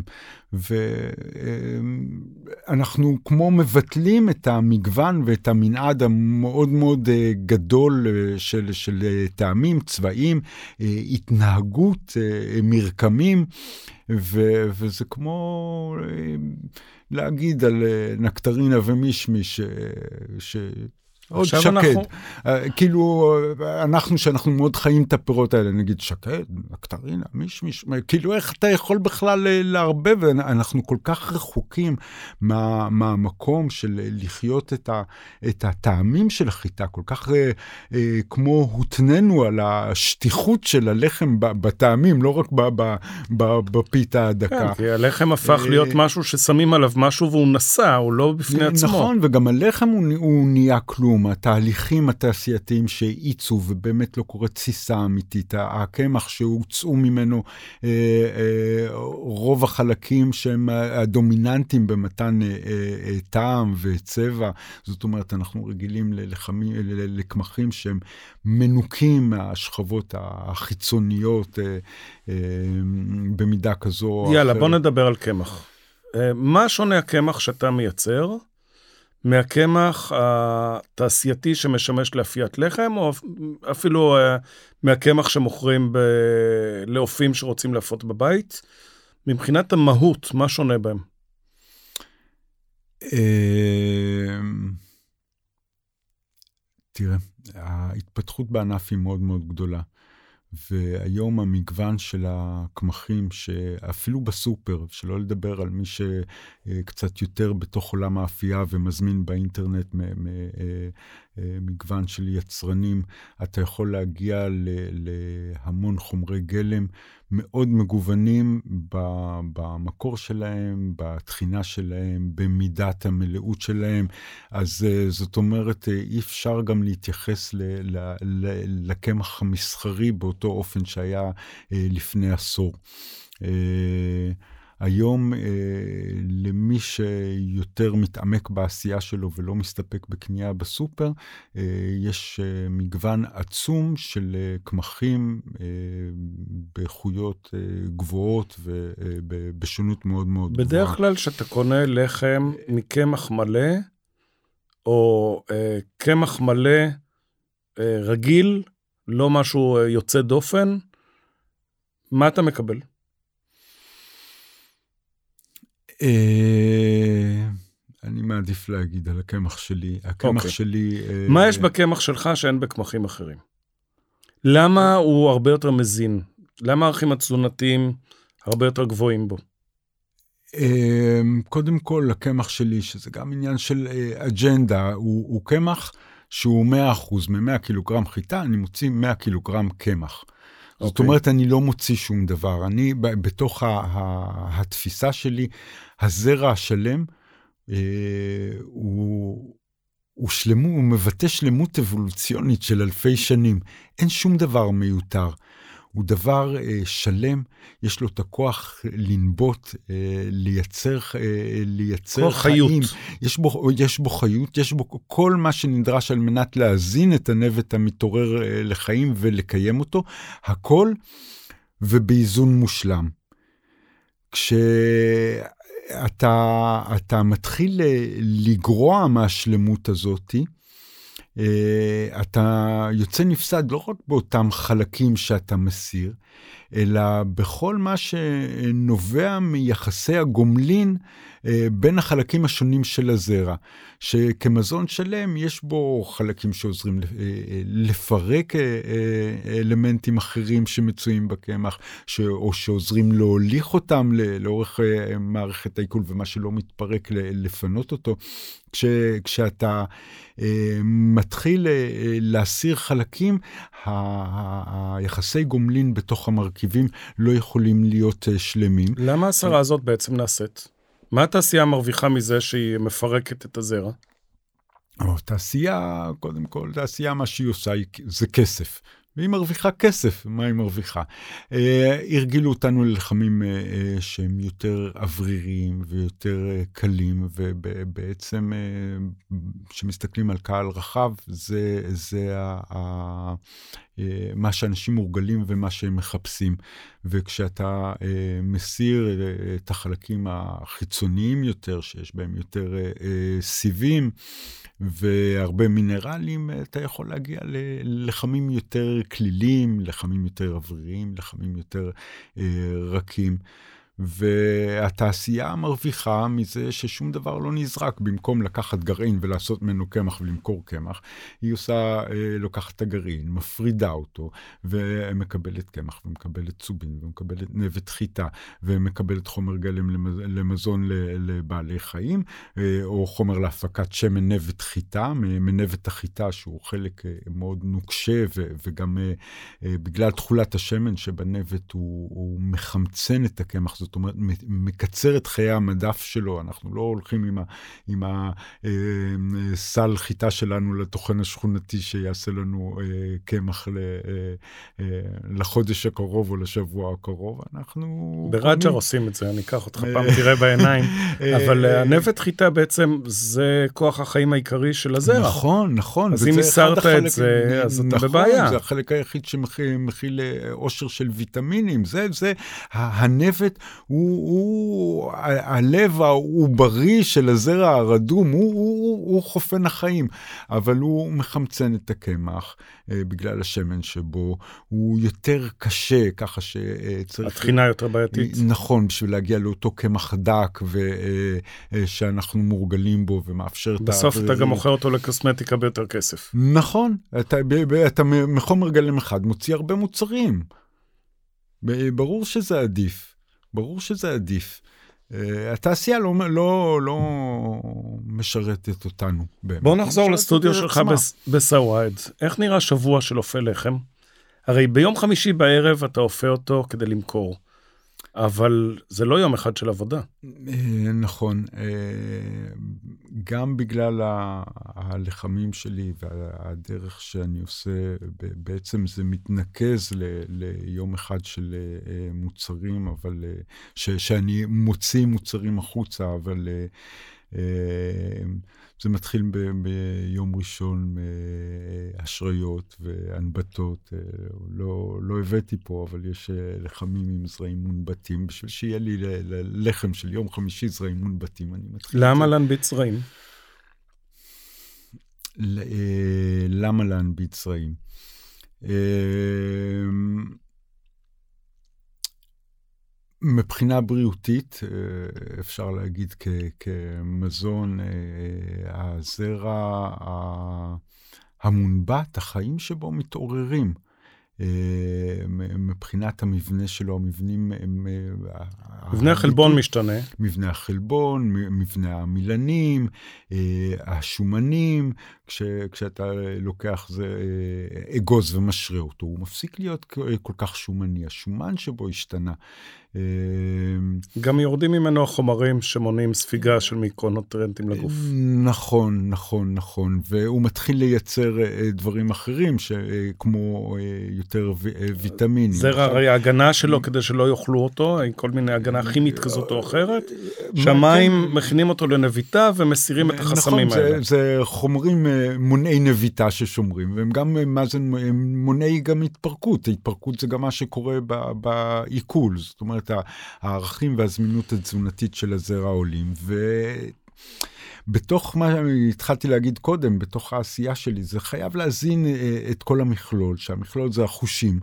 ואנחנו כמו מבטלים את המגוון ואת המנעד המאוד מאוד גדול של טעמים, צבעים, התנהגות, מרקמים, וזה כמו להגיד על נקטרינה ומישמיש עוד שקד. כאילו, שאנחנו מאוד חיים את הפירות האלה, נגיד שקד, נקטרינה, מישמיש, כאילו איך אתה יכול בכלל להרבב, אנחנו כל כך רחוקים מהמקום של לחיות את הטעמים של החיטה, כל כך כמו הותננו על השטיחות של הלחם בטעמים, לא רק בפיתה הדקה. כן, כי הלחם הפך להיות משהו ששמים עליו משהו והוא נסע, הוא לא בפני עצמו. נכון, וגם הלחם הוא נהיה כלום. התהליכים התעשייתיים שהאיצו, ובאמת לא קורה תסיסה אמיתית, הקמח שהוצאו ממנו רוב החלקים שהם הדומיננטיים במתן טעם וצבע, זאת אומרת, אנחנו רגילים לקמחים שהם מנוקים מהשכבות החיצוניות במידה כזו או אחרת. יאללה, בוא נדבר על קמח. מה שונה הקמח שאתה מייצר? מהקמח התעשייתי שמשמש לאפיית לחם, או אפילו מהקמח שמוכרים לאופים שרוצים להפות בבית? מבחינת המהות, מה שונה בהם? תראה, ההתפתחות בענף היא מאוד מאוד גדולה. והיום המגוון של הקמחים שאפילו בסופר, שלא לדבר על מי שקצת יותר בתוך עולם האפייה ומזמין באינטרנט מגוון של יצרנים, אתה יכול להגיע להמון חומרי גלם מאוד מגוונים במקור שלהם, בתחינה שלהם, במידת המלאות שלהם. אז זאת אומרת, אי אפשר גם להתייחס לקמח המסחרי באותו אופן שהיה לפני עשור. היום למי שיותר מתעמק בעשייה שלו ולא מסתפק בקנייה בסופר, יש מגוון עצום של קמחים באיכויות גבוהות ובשונות מאוד מאוד גבוהה. בדרך כלל שאתה קונה לחם מקמח מלא, או קמח מלא רגיל, לא משהו יוצא דופן, מה אתה מקבל? אני מעדיף להגיד על הקמח שלי. הקמח שלי... מה יש בקמח שלך שאין בקמחים אחרים? למה הוא הרבה יותר מזין? למה הערכים התזונתיים הרבה יותר גבוהים בו? קודם כל, הקמח שלי, שזה גם עניין של אג'נדה, הוא קמח שהוא 100%, מ-100 קילוגרם חיטה, אני מוציא 100 קילוגרם קמח. זאת אומרת, אני לא מוציא שום דבר. אני, בתוך התפיסה שלי, הזרע השלם, הוא מבטא שלמות אבולוציונית של אלפי שנים. אין שום דבר מיותר. הוא דבר שלם, יש לו את הכוח לנבוט, לייצר חיים. יש בו חיות, יש בו כל מה שנדרש על מנת להזין את הנבט המתעורר לחיים ולקיים אותו, הכל ובאיזון מושלם. כשאתה מתחיל לגרוע מהשלמות הזאת, אתה יוצא נפסד לא רק באותם חלקים שאתה מסיר, אלא בכל מה שנובע מיחסי הגומלין בין החלקים השונים של הזרע, שכמזון שלם יש בו חלקים שעוזרים לפרק אלמנטים אחרים שמצויים בקמח, או שעוזרים להוליך אותם לאורך מערכת העיכול, ומה שלא מתפרק לפנות אותו. כשאתה מתחיל להסיר חלקים, היחסי גומלין בתוך המרכיבים לא יכולים להיות שלמים. למה הסרה הזאת בעצם נעשית? מה התעשייה מרוויחה מזה שהיא מפרקת את הזרע? תעשייה, קודם כל, תעשייה מה שהיא עושה זה כסף. והיא מרוויחה כסף, מה היא מרוויחה? הרגילו אותנו ללחמים שהם יותר אווריריים ויותר קלים, ובעצם שמסתכלים על קהל רחב, זה מה שאנשים מורגלים ומה שהם מחפשים. וכשאתה מסיר את החלקים החיצוניים יותר, שיש בהם יותר סיבים והרבה מינרלים, אתה יכול להגיע ללחמים יותר כלילים, לחמים יותר אווריריים, לחמים יותר רכים. והתעשייה מרוויחה מזה ששום דבר לא נזרק, במקום לקחת גרעין ולעשות ממנו קמח ולמכור קמח, היא לוקחת את הגרעין, מפרידה אותו, ומקבלת קמח, ומקבלת צובין, ומקבלת נבט חיטה, ומקבלת חומר גלם למזון לבעלי חיים, או חומר להפקת שמן נבט חיטה, מנבט החיטה שהוא חלק מאוד נוקשה, וגם בגלל תכולת השמן שבנבט הוא מחמצן את הקמח, זאת אומרת, מקצר את חיי המדף שלו. אנחנו לא הולכים עם הסל חיטה שלנו לטוחן השכונתי שיעשה לנו קמח לחודש הקרוב או לשבוע הקרוב. אנחנו... ברג'ר עושים את זה, אני אקח אותך פעם, תראה בעיניים. אבל הנבט חיטה בעצם זה כוח החיים העיקרי של הזרע. נכון. אז אם הסרת את זה, אז אתה בבעיה. זה החלק היחיד שמכיל עושר של ויטמינים. זה הנבט הוא הלב העוברי של הזרע הרדום, הוא חופן החיים, אבל הוא מחמצן את הקמח בגלל השמן שבו, הוא יותר קשה, ככה שצריך... התחינה יותר בעייתית. נכון, בשביל להגיע לאותו קמח דק, שאנחנו מורגלים בו ומאפשר את... בסוף אתה גם מוכר אותו לקוסמטיקה ביותר כסף. נכון, אתה מחומר גלם אחד מוציא הרבה מוצרים. ברור שזה עדיף. התעשייה לא משרתת אותנו. בוא נחזור לסטודיו שלך בסוואד. איך נראה שבוע של אופה לחם? הרי ביום חמישי בערב אתה אופה אותו כדי למכור. אבל זה לא יום אחד של עבודה. נכון. גם בגלל הלחמים שלי והדרך שאני עושה, בעצם זה מתנקז ליום אחד של מוצרים, אבל שאני מוציא מוצרים החוצה, אבל זה מתחיל ביום ראשון אשריות והנבטות. לא הבאתי פה, אבל יש לחמים עם זרעים מונבטים, בשביל שיהיה לי לחם של יום חמישי זרעים מונבטים. למה להנביט זרעים? למה להנביט זרעים? מבחינה בריאותית, אפשר להגיד כמזון, הזרע המונבט, החיים שבו מתעוררים. מבחינת המבנה שלו, המבנים, מבנה החלבון משתנה. מבנה החלבון, מבנה המילנים, השומנים, כשאתה לוקח אגוז ומשרה אותו, הוא מפסיק להיות כל כך שומני, השומן שבו השתנה. גם יורדים ממנו החומרים שמונעים ספיגה של מיקרונוטריאנטים לגוף. נכון, נכון, נכון, והוא מתחיל לייצר דברים אחרים, כמו יותר ויטמינים. זה הרי ההגנה שלו כדי שלא יאכלו אותו, כל מיני הגנה כימית כזאת או אחרת, שהמים מכינים אותו לנביטה ומסירים את החסמים האלה. נכון, זה חומרים מונעי נביטה ששומרים, והם גם מונעי גם התפרקות. ההתפרקות זה גם מה שקורה בעיכול, זאת אומרת, הערכים והזמינות התזונתית של הזרע עולים, בתוך מה התחלתי להגיד קודם, בתוך העשייה שלי, זה חייב להזין את כל המכלול, שהמכלול זה החושים,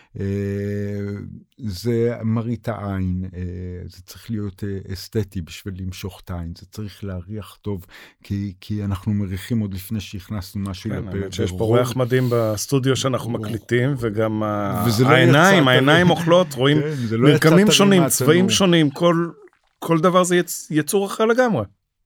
זה מראית העין, זה צריך להיות אסתטי בשביל למשוך את העין, זה צריך להריח טוב, כי אנחנו מריחים עוד לפני שהכנסנו משהו לפה. כן, שיש פה ריח מדהים בסטודיו שאנחנו מקליטים, וגם העיניים אוכלות, רואים מרקמים שונים, צבעים שונים, כל דבר זה יצור אחר לגמרי.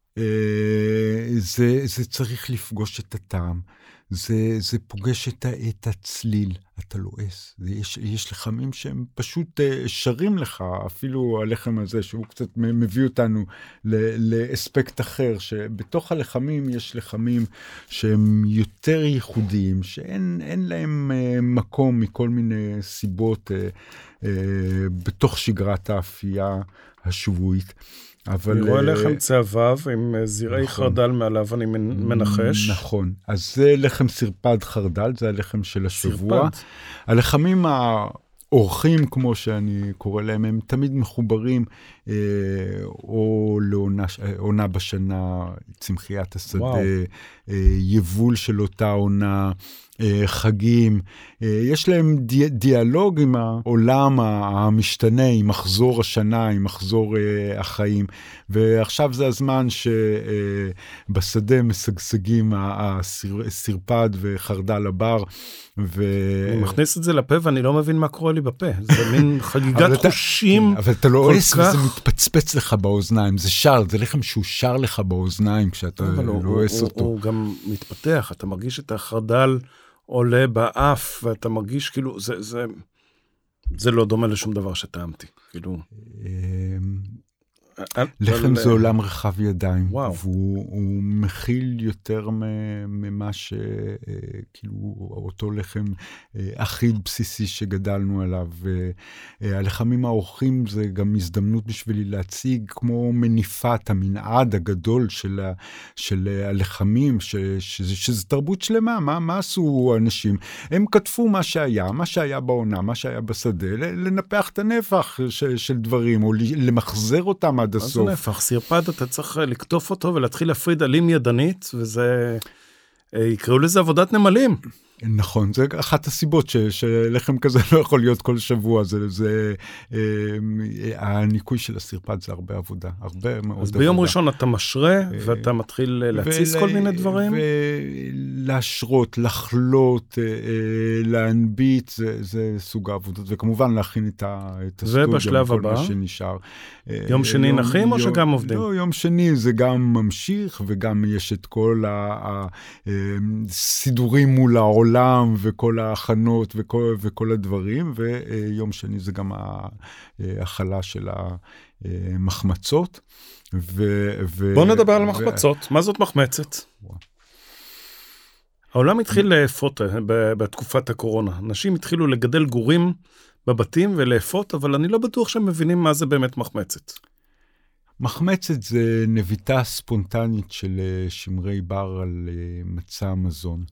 זה צריך לפגוש את הטעם, זה פוגש את הצליל, אתה לועס, יש לחמים שהם פשוט שרים לך, אפילו הלחם הזה שהוא קצת מביא אותנו לאספקט אחר, שבתוך הלחמים יש לחמים שהם יותר ייחודיים, שאין להם מקום מכל מיני סיבות בתוך שגרת האפייה השבועית. אני רואה לחם צהבב עם זרעי חרדל מעליו, אני מנחש. נכון, אז זה לחם סרפד חרדל, זה הלחם של השבוע. הלחמים האורחים, כמו שאני קורא להם, הם תמיד מחוברים או לעונה בשנה, צמחיית השדה, יבול של אותה עונה, חגים, יש להם דיאלוג עם העולם המשתנה, עם מחזור השנה, עם מחזור החיים, ועכשיו זה הזמן שבשדה משגשגים הסרפד וחרדל הבר, אני מכניס את זה לפה ואני לא מבין מה קורה לי בפה, זה מין חגיגת חושים. אבל אתה לא אוהס וזה מתפצפץ לך באוזניים, זה שר, זה לחם שהוא שר לך באוזניים כשאתה לא אוהס אותו. הוא גם מתפתח, אתה מרגיש את החרדל עולה באף, ואתה מרגיש כאילו, זה לא דומה לשום דבר שטעמתי, כאילו. לחם זה עולם רחב ידיים, והוא מכיל יותר ממה שכאילו אותו לחם אחיד בסיסי שגדלנו עליו. הלחמים האורחים זה גם הזדמנות בשבילי להציג כמו מניפת המנעד הגדול של הלחמים, שזה תרבות שלמה. מה עשו אנשים? הם כתבו מה שהיה בעונה, מה שהיה בשדה, לנפח את הנפח של דברים, או למחזר אותם עד הסוף. אז הוא נפח, סרפד, אתה צריך לקטוף אותו ולהתחיל להפריד עלים ידנית, וזה, יקראו לזה עבודת נמלים. נכון, זה אחת הסיבות שלחם כזה לא יכול להיות כל שבוע, הניקוי של הסרפד זה הרבה עבודה, הרבה מאוד עבודה. אז ביום ראשון אתה משרה, ואתה מתחיל להציס כל מיני דברים? ולהשרות, לחלות, להנביט, זה סוג העבודות, וכמובן להכין את הסטודיו, ובשלב הבא? שנשאר. יום שני נחים או שגם עובדים? לא, יום שני זה גם ממשיך, וגם יש את כל הסידורים מול העולם, וכל ההכנות וכל הדברים, ויום שני זה גם ההכלה של המחמצות. בוא נדבר על מחמצות. מה זאת מחמצת? העולם התחיל לאפות בתקופת הקורונה. אנשים התחילו לגדל גורים בבתים ולאפות, אבל אני לא בטוח שהם מבינים מה זה באמת מחמצת. מחמצת זה נביטה ספונטנית של שמרי בר על מצע המזון.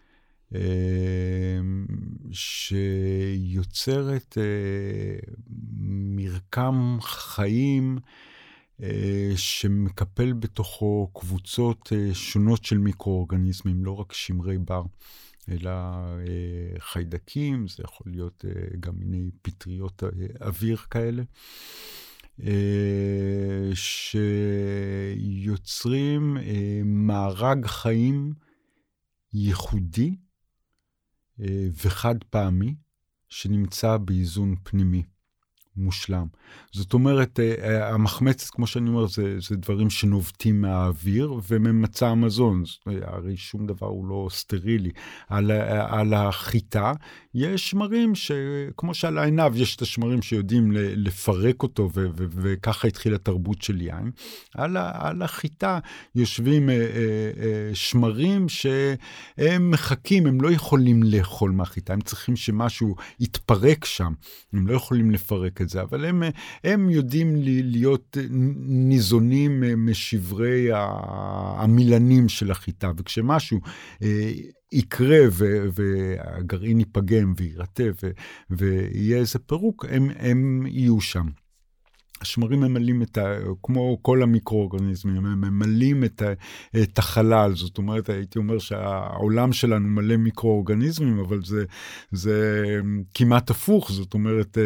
שיוצרת מרקם חיים שמקפל בתוכו קבוצות שונות של מיקרואורגניזמים, לא רק שמרי בר, אלא חיידקים, זה יכול להיות גם מיני פטריות אוויר כאלה, שיוצרים מארג חיים ייחודי, וחד פעמי, שנמצא באיזון פנימי. מושלם. זאת אומרת, המחמצת, כמו שאני אומר, זה דברים שנובטים מהאוויר, וממצא המזון. הרי שום דבר הוא לא סטרילי. על החיטה יש שמרים כמו שעל העיניו יש את השמרים שיודעים לפרק אותו, וככה התחילה תרבות של יין. על החיטה יושבים שמרים שהם מחכים, הם לא יכולים לאכול מהחיטה, הם צריכים שמשהו יתפרק שם, הם לא יכולים לפרק את זה, אבל הם יודעים להיות ניזונים משברי המילנים של החיטה, וכשמשהו יקרה והגרעין ייפגם וירטב ויהיה איזה פירוק, הם יהיו שם. השמרים ממלאים כמו כל המיקרואורגניזמים, הם ממלאים את החלל. זאת אומרת, הייתי אומר שהעולם שלנו מלא מיקרואורגניזמים, אבל זה כמעט הפוך. זאת אומרת,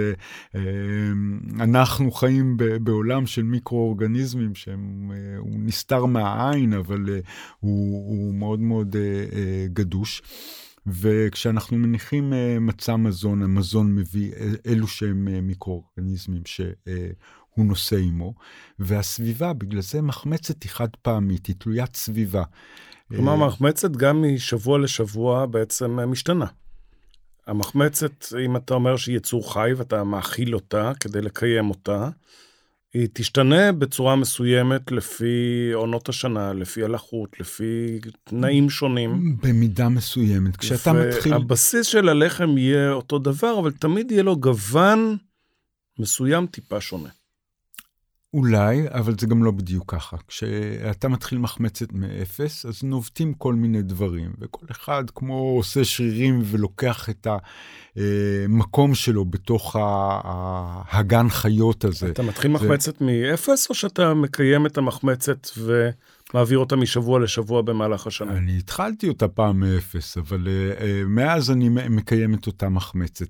אנחנו חיים בעולם של מיקרואורגניזמים, שהוא נסתר מהעין, אבל הוא מאוד מאוד גדוש. וכשאנחנו מניחים מצע מזון, המזון מביא אלו שהם מיקרואורגניזמים שהוא נושא עמו, והסביבה, בגלל זה מחמצת היא חד פעמית, היא תלוית סביבה. כלומר, מחמצת גם משבוע לשבוע בעצם משתנה. המחמצת, אם אתה אומר שהיא יצור חי ואתה מאכיל אותה כדי לקיים אותה, היא תשתנה בצורה מסוימת לפי עונות השנה, לפי הלחות, לפי תנאים שונים. במידה מסוימת. כשאתה מתחיל... הבסיס של הלחם יהיה אותו דבר, אבל תמיד יהיה לו גוון מסוים טיפה שונה. אולי, אבל זה גם לא בדיוק ככה. כשאתה מתחיל מחמצת מאפס, אז נובטים כל מיני דברים, וכל אחד כמו עושה שרירים ולוקח את המקום שלו בתוך הגן חיות הזה. אתה מתחיל מחמצת מאפס, או שאתה מקיים את המחמצת ומעביר אותה משבוע לשבוע במהלך השנה? אני התחלתי אותה פעם מאפס, אבל מאז אני מקיים את אותה מחמצת.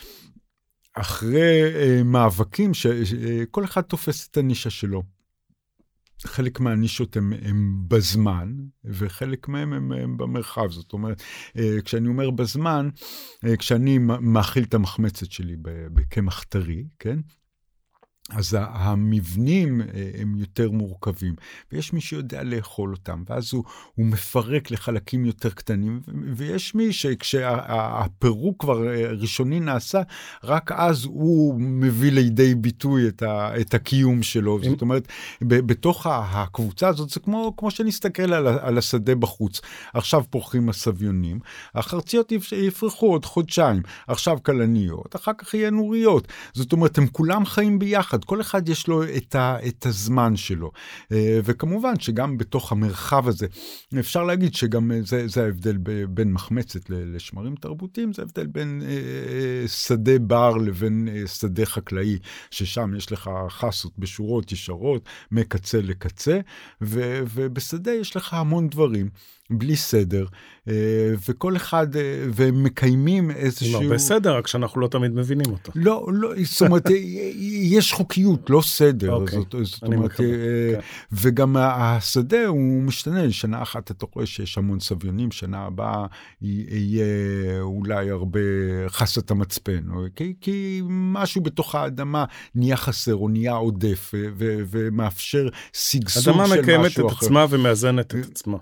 אחרי מאבקים שכל אחד תופס את הנישה שלו. חלק מהנישות הם בזמן, וחלק מהם הם במרחב. זאת אומרת, כשאני אומר בזמן, כשאני מאכיל את המחמצת שלי בקמח טרי, כן? אז המבנים הם יותר מורכבים, ויש מי שיודע לאכול אותם, ואז הוא מפרק לחלקים יותר קטנים, ויש מי שכשהפירוק כבר ראשוני נעשה, רק אז הוא מביא לידי ביטוי את הקיום שלו. זאת אומרת, בתוך הקבוצה הזאת, זה כמו שנסתכל על השדה בחוץ. עכשיו פורחים הסביונים, החרציות יפרחו עוד חודשיים, עכשיו קלניות, אחר כך יהיה נוריות. זאת אומרת, הם כולם חיים ביחד. כל אחד יש לו את הזמן שלו. וכמובן שגם בתוך המרחב הזה, אפשר להגיד שגם זה ההבדל בין מחמצת לשמרים תרבותיים, זה ההבדל בין שדה בר לבין שדה חקלאי, ששם יש לך חסות בשורות ישרות, מקצה לקצה, ובשדה יש לך המון דברים. בלי סדר, וכל אחד, ומקיימים איזשהו... בסדר, רק שאנחנו לא תמיד מבינים אותו. לא, זאת אומרת, יש חוקיות, לא סדר. זאת אומרת, וגם השדה הוא משתנה, שנה אחת אתה רואה שיש המון סביונים, שנה הבאה יהיה אולי הרבה חסת המצפן, כי משהו בתוך האדמה נהיה חסר, או נהיה עודף, ומאפשר סגסוג של משהו אחר. אדמה מקיימת את עצמה ומאזנת את עצמה.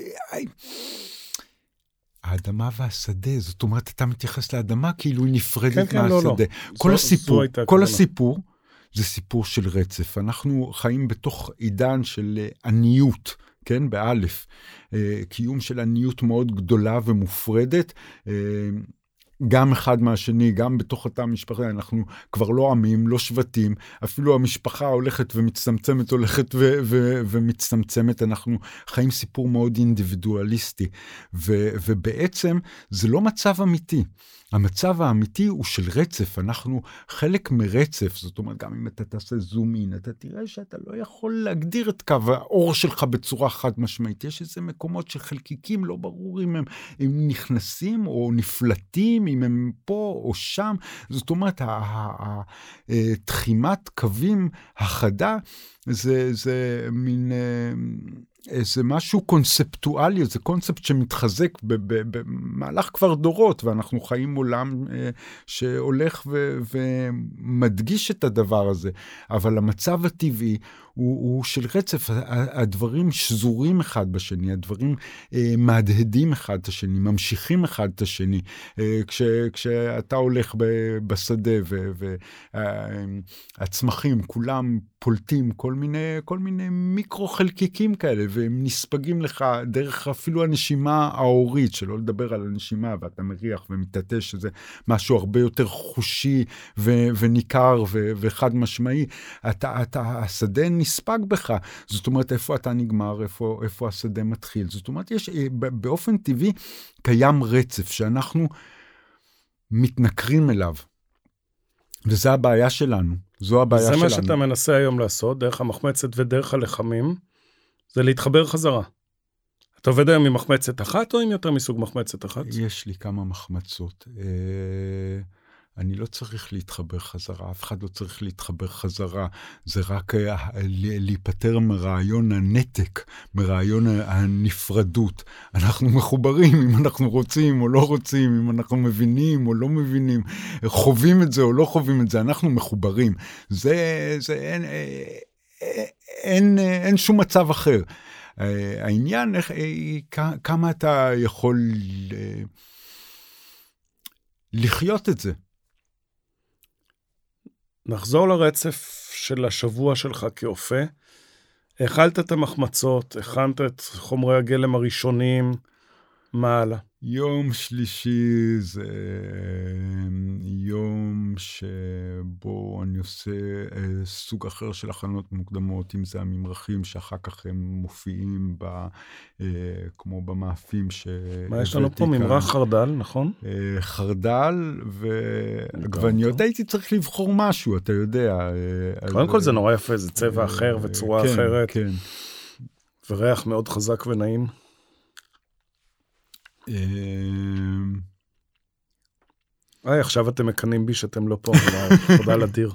האדמה והשדה, זאת אומרת, אתה מתייחס לאדמה כאילו היא נפרדת מהשדה. לא. כל הסיפור זה סיפור של רצף. אנחנו חיים בתוך עידן של עניות, כן, באלף. קיום של עניות מאוד גדולה ומופרדת, גם אחד מהשני, גם בתוך אותה משפחה, אנחנו כבר לא עמים, לא שבטים, אפילו המשפחה הולכת ומצטמצמת, ומצטמצמת, אנחנו חיים סיפור מאוד אינדיבידואליסטי, ובעצם זה לא מצב אמיתי. המצב האמיתי הוא של רצף, אנחנו חלק מרצף, זאת אומרת, גם אם אתה תעשה זום אין, אתה תראה שאתה לא יכול להגדיר את קו האור שלך בצורה חד משמעית. יש איזה מקומות שחלקיקים לא ברור אם הם נכנסים או נפלטים, אם הם פה או שם. זאת אומרת, תחימת קווים החדה, זה מין זה משהו קונספטואלי, זה קונספט שמתחזק במהלך כבר דורות, ואנחנו חיים עולם שהולך ומדגיש את הדבר הזה, אבל המצב הטבעי הוא של רצף, הדברים שזורים אחד בשני, הדברים מהדהדים אחד את השני, ממשיכים אחד את השני, כשאתה הולך בשדה והצמחים כולם פולטים כל מיני מיקרו חלקיקים כאלה, והם נספגים לך דרך אפילו הנשימה ההורית, שלא לדבר על הנשימה, ואתה מריח ומתעטש, שזה משהו הרבה יותר חושי וניכר וחד משמעי, השדה נספג בך, זאת אומרת איפה אתה נגמר, איפה השדה מתחיל, זאת אומרת יש באופן טבעי קיים רצף שאנחנו מתנכרים אליו, וזה הבעיה שלנו, זו הבעיה שלנו. זה מה שאתה מנסה היום לעשות, דרך המחמצת ודרך הלחמים, זה להתחבר חזרה. אתה עובד היום עם מחמצת אחת או עם יותר מסוג מחמצת אחת? יש לי כמה מחמצות. אני לא צריך להתחבר חזרה, אף אחד לא צריך להתחבר חזרה, זה רק להיפטר מרעיון הנתק, מרעיון הנפרדות. אנחנו מחוברים אם אנחנו רוצים או לא רוצים, אם אנחנו מבינים או לא מבינים, חווים את זה או לא חווים את זה, אנחנו מחוברים. אין שום מצב אחר. העניין, כמה אתה יכול לחיות את זה. נחזור לרצף של השבוע שלך כאופה. אכלת את המחמצות, הכנת את חומרי הגלם הראשונים, מה הלאה? יום שלישי זה יום שבו אני עושה סוג אחר של הכנות מוקדמות, אם זה הממרחים שאחר כך הם מופיעים כמו במאפים מה יש לנו פה? ממרח חרדל, נכון? חרדל ועגבניות. הייתי צריך לבחור משהו, אתה יודע. קודם כל זה נורא יפה, זה צבע אחר וצורה אחרת. כן. וריח מאוד חזק ונעים. עכשיו אתם מקנים בי שאתם לא פה, תודה לדיר.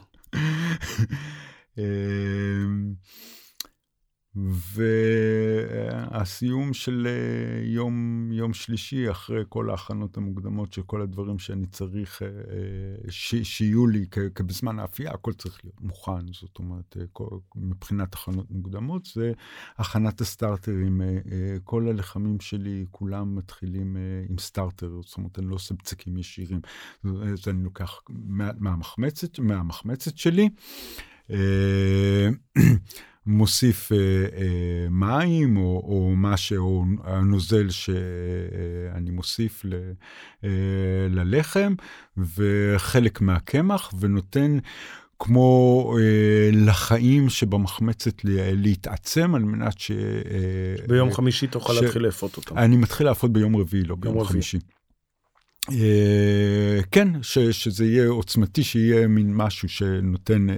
והסיום של יום שלישי, אחרי כל ההכנות המוקדמות של כל הדברים שאני צריך שיהיו לי כבזמן האפייה, הכל צריך להיות מוכן, זאת אומרת, מבחינת הכנות מוקדמות, זה הכנת הסטארטרים, כל הלחמים שלי, כולם מתחילים עם סטארטר, זאת אומרת, אני לא עושה בצקים ישירים, אז אני לוקח מהמחמצת שלי, מוסיף מים או משהו, הנוזל שאני מוסיף ללחם, וחלק מהקמח, ונותן כמו לחיים שבמחמצת להתעצם, על מנת ביום חמישי תוכל להתחיל לאפות אותם. אני מתחיל לאפות ביום רביעי, לא ביום חמישי. כן, שזה יהיה עוצמתי, שיהיה מין משהו שנותן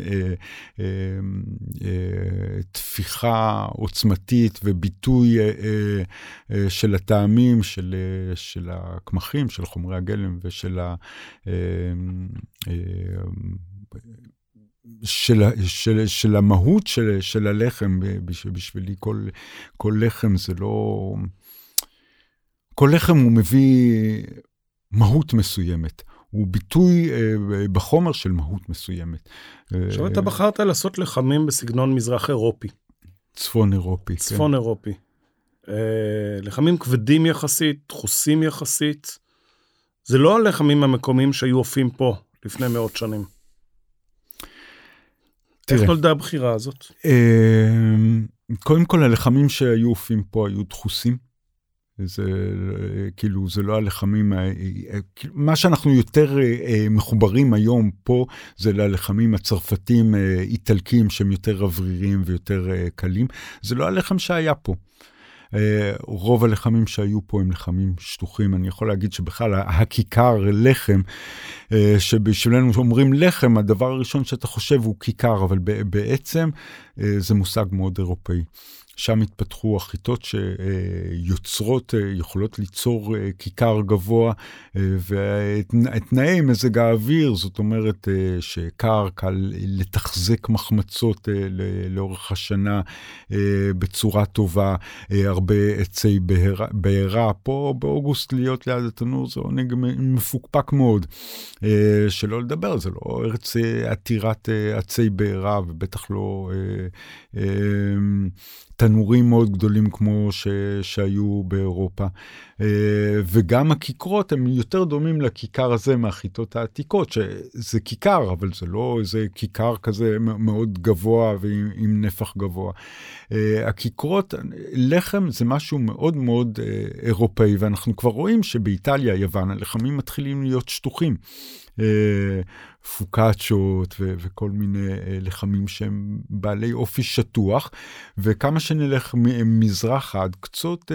תפיחה עוצמתית וביטוי של הטעמים, של הקמחים, של חומרי הגלם ושל של המהות של הלחם. בשבילי כל לחם זה לא... כל לחם הוא מביא מהות מסוימת, הוא ביטוי בחומר של מהות מסוימת. עכשיו אתה בחרת לעשות לחמים בסגנון מזרח אירופי. צפון אירופי. צפון אירופי. לחמים כבדים יחסית, דחוסים יחסית. זה לא הלחמים המקומיים שהיו אופים פה לפני מאות שנים. איך נולדה הבחירה הזאת? קודם כל, הלחמים שהיו אופים פה היו דחוסים. זה כאילו, זה לא הלחמים, מה שאנחנו יותר מחוברים היום פה, זה ללחמים הצרפתים, איטלקים, שהם יותר אווריריים ויותר קלים, זה לא הלחם שהיה פה. רוב הלחמים שהיו פה הם לחמים שטוחים. אני יכול להגיד שבכלל הכיכר לחם, שבשבילנו אומרים לחם, הדבר הראשון שאתה חושב הוא כיכר, אבל בעצם זה מושג מאוד אירופאי. שם התפתחו החיטות שיוצרות, יכולות ליצור כיכר גבוה, ותנאי מזג האוויר, זאת אומרת שקר, קל לתחזק מחמצות לאורך השנה בצורה טובה, הרבה עצי בעירה, פה באוגוסט להיות ליד התנור, זה עונג מפוקפק מאוד, שלא לדבר, זה לא ארץ עתירת עצי בעירה, ובטח לא תנורים מאוד גדולים כמו שהיו באירופה. וגם הכיכרות הם יותר דומים לכיכר הזה מהחיטות העתיקות, שזה כיכר, אבל זה לא איזה כיכר כזה מאוד גבוה ועם נפח גבוה. הכיכרות, לחם זה משהו מאוד מאוד אירופאי, ואנחנו כבר רואים שבאיטליה, יוון, הלחמים מתחילים להיות שטוחים. פוקאצ'ות וכל מיני לחמים שהם בעלי אופי שטוח, וכמה שנלך מזרחה עד קצות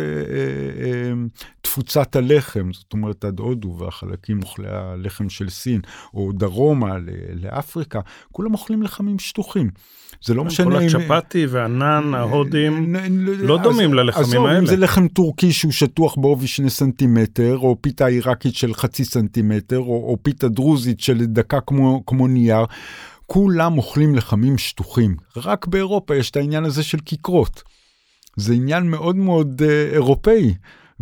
תפוצת הלחם, זאת אומרת עד הודו והחלקים אוכלי הלחם של סין, או דרומה לאפריקה, כולם אוכלים לחמים שטוחים. זה לא משנה. כל הצ'פטי והענן, ההודים, לא דומים ללחמים האלה. אם זה לחם טורקי שהוא שטוח בעובי 2 סנטימטר, או פיתה עיראקית של 0.5 סנטימטר, או פיתה דרוזית של דקה כמו נייר, כולם אוכלים לחמים שטוחים. רק באירופה יש את העניין הזה של כיכרות. זה עניין מאוד מאוד אירופאי.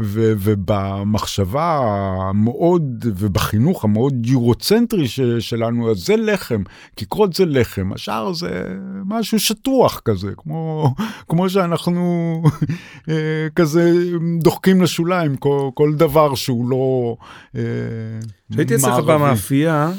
ובמחשבה המאוד, ובחינוך המאוד יורוצנטרי שלנו, אז זה לחם, כיכרות זה לחם, השאר זה משהו שטוח כזה, כמו שאנחנו כזה דוחקים לשוליים, כל דבר שהוא לא שהייתי אצלך במאפייה,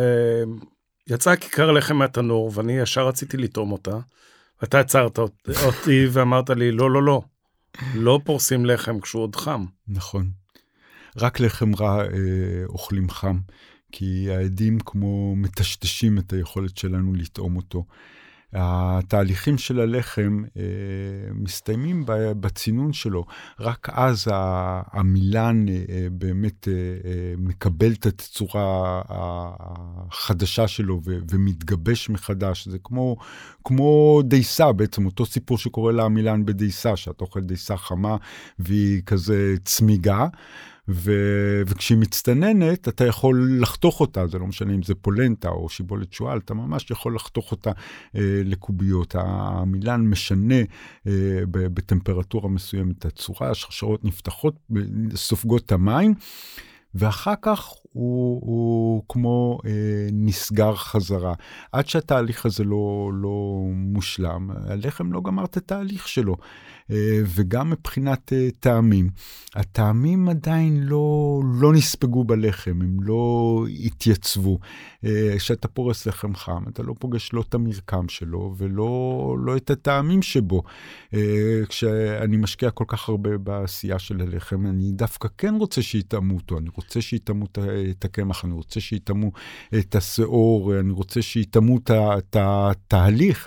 יצא כיכר לחם מהתנור, ואני ישר רציתי לטעום אותה, ואתה עצרת אותי ואמרת לי, לא, לא פורסים לחם כשהוא עוד חם. נכון. רק לחם רע אוכלים חם, כי העדים כמו מטשטשים את היכולת שלנו לטעום אותו. התהליכים של הלחם מסתיימים בצינון שלו, רק אז המילן באמת מקבל את הצורה החדשה שלו ומתגבש מחדש. זה כמו דייסה בעצם, אותו סיפור שקורא לה המילן בדייסה, שאת אוכל דייסה חמה והיא כזה צמיגה, וכשהיא מצטננת, אתה יכול לחתוך אותה, זה לא משנה אם זה פולנטה או שיבולת שועל, אתה ממש יכול לחתוך אותה לקוביות. המילן משנה בטמפרטורה מסוימת הצורה, השרשרות נפתחות, סופגות את המים, ואחר כך הוא כמו נסגר חזרה. עד שהתהליך הזה לא מושלם, הלחם לא גמר את התהליך שלו. וגם מבחינת טעמים. הטעמים עדיין לא נספגו בלחם, הם לא התייצבו. כשאתה פורס לחם חם, אתה לא פוגש לא את המרקם שלו, ולא את הטעמים שבו. כשאני משקיע כל כך הרבה בעשייה של הלחם, אני דווקא כן רוצה שיתאמו אותו, אני רוצה שיתאמו את הקמח, אני רוצה שיתאמו את השעור, אני רוצה שיתאמו את התהליך.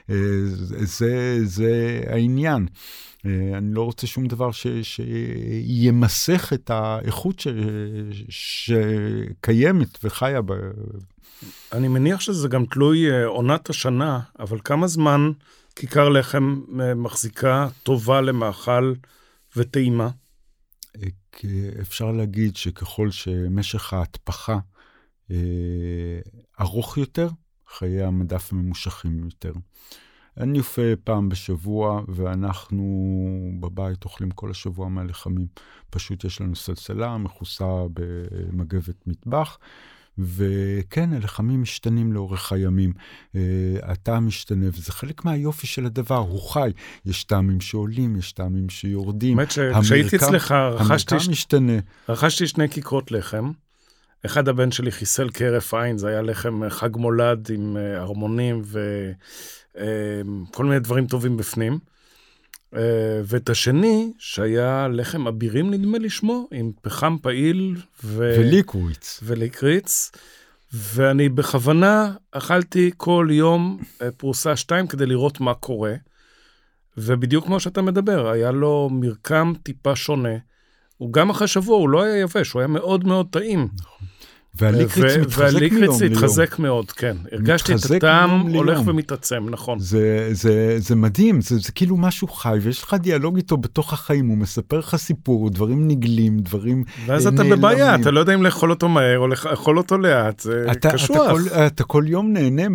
זה העניין. אני לא רוצה שום דבר שימסך את האיכות שקיימת וחיה. אני מניח שזה גם תלוי עונת השנה, אבל כמה זמן כיכר לחם מחזיקה טובה למאכל וטעימה? אפשר להגיד שככל שמשך ההטפחה ארוך יותר, חיי המדף ממושכים יותר. אני אופה פעם בשבוע, ואנחנו בבית אוכלים כל השבוע מהלחמים. פשוט יש לנו סלסלה מכוסה במגבת מטבח, וכן, הלחמים משתנים לאורך הימים. הטעם משתנה, וזה חלק מהיופי של הדבר, הוא חי. יש טעמים שעולים, יש טעמים שיורדים. באמת שכשהייתי אצלך, רכשתי 2 כיכרות לחם. אחד הבן שלי חיסל כערף עין, זה היה לחם חג מולד עם הרמונים וכל מיני דברים טובים בפנים. ואת השני, שהיה לחם אבירים נדמה לשמו, עם פחם פעיל וליקריץ. ואני בכוונה אכלתי כל יום פרוסה 2 כדי לראות מה קורה. ובדיוק כמו שאתה מדבר, היה לו מרקם טיפה שונה. הוא גם אחרי שבוע, הוא לא היה יבש, הוא היה מאוד מאוד טעים. נכון. והליקריץ התחזק מאוד, כן. הרגשתי את הטעם הולך ומתעצם, נכון. זה מדהים, זה כאילו משהו חי, ויש לך דיאלוג איתו בתוך החיים, הוא מספר לך סיפור, דברים נגלים, דברים נעלמים. ואז אתה בבעיה, אתה לא יודע אם לאכול אותו מהר, או לאכול אותו לאט, זה קשוח. אתה כל יום נהנה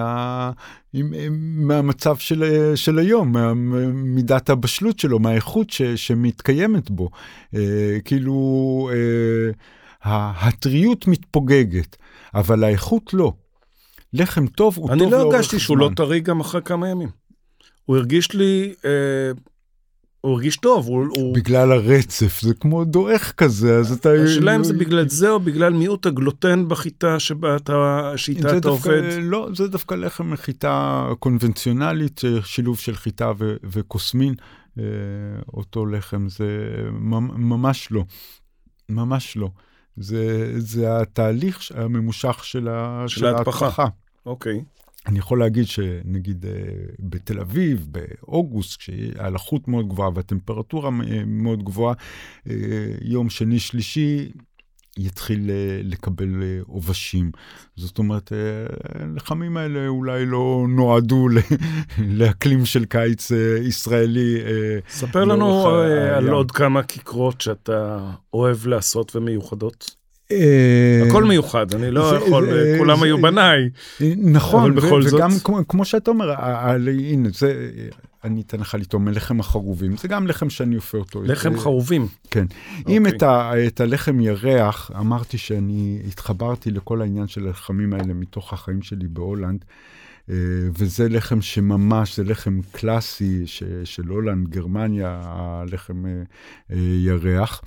מהמצב של היום, מידת הבשלות שלו, מהאיכות שמתקיימת בו. כאילו, הטריות מתפוגגת, אבל האיכות לא. לחם טוב הוא טוב לאורך זמן. אני לא הרגשתי שהוא לא טרי גם אחרי כמה ימים. הוא הרגיש לי, הוא הרגיש טוב. בגלל הרצף, זה כמו דואך כזה, אז אתה... השאלה אם זה בגלל זה או בגלל מיעוט הגלוטן בחיטה שאיתה אתה עובד? לא, זה דווקא לחם מחיטה קונבנציונלית, שילוב של חיטה וקוסמין. אותו לחם, זה ממש לא. ממש לא. זה התהליך הממושך של ההתפחה. אוקיי. אני יכול להגיד שנגיד בתל אביב, באוגוסט, כשהלחות מאוד גבוהה והטמפרטורה מאוד גבוהה, יום שני שלישי יתחיל לקבל עובשים. זאת אומרת, לחמים האלה אולי לא נועדו לאקלים של קיץ ישראלי. ספר לנו על עוד כמה כיכרות שאתה אוהב לעשות ומיוחדות. הכל מיוחד, אני לא יכול, כולם היו בניי. נכון, וגם כמו שאתה אומר, הנה, זה... אני אתן לך לטעום מלחם החרובים, זה גם לחם שאני אופה אותו. לחם חרובים? כן. אם את הלחם ירח, אמרתי שאני התחברתי לכל העניין של הלחמים האלה מתוך החיים שלי בהולנד, וזה לחם שממש, זה לחם קלאסי של הולנד, גרמניה, הלחם ירח.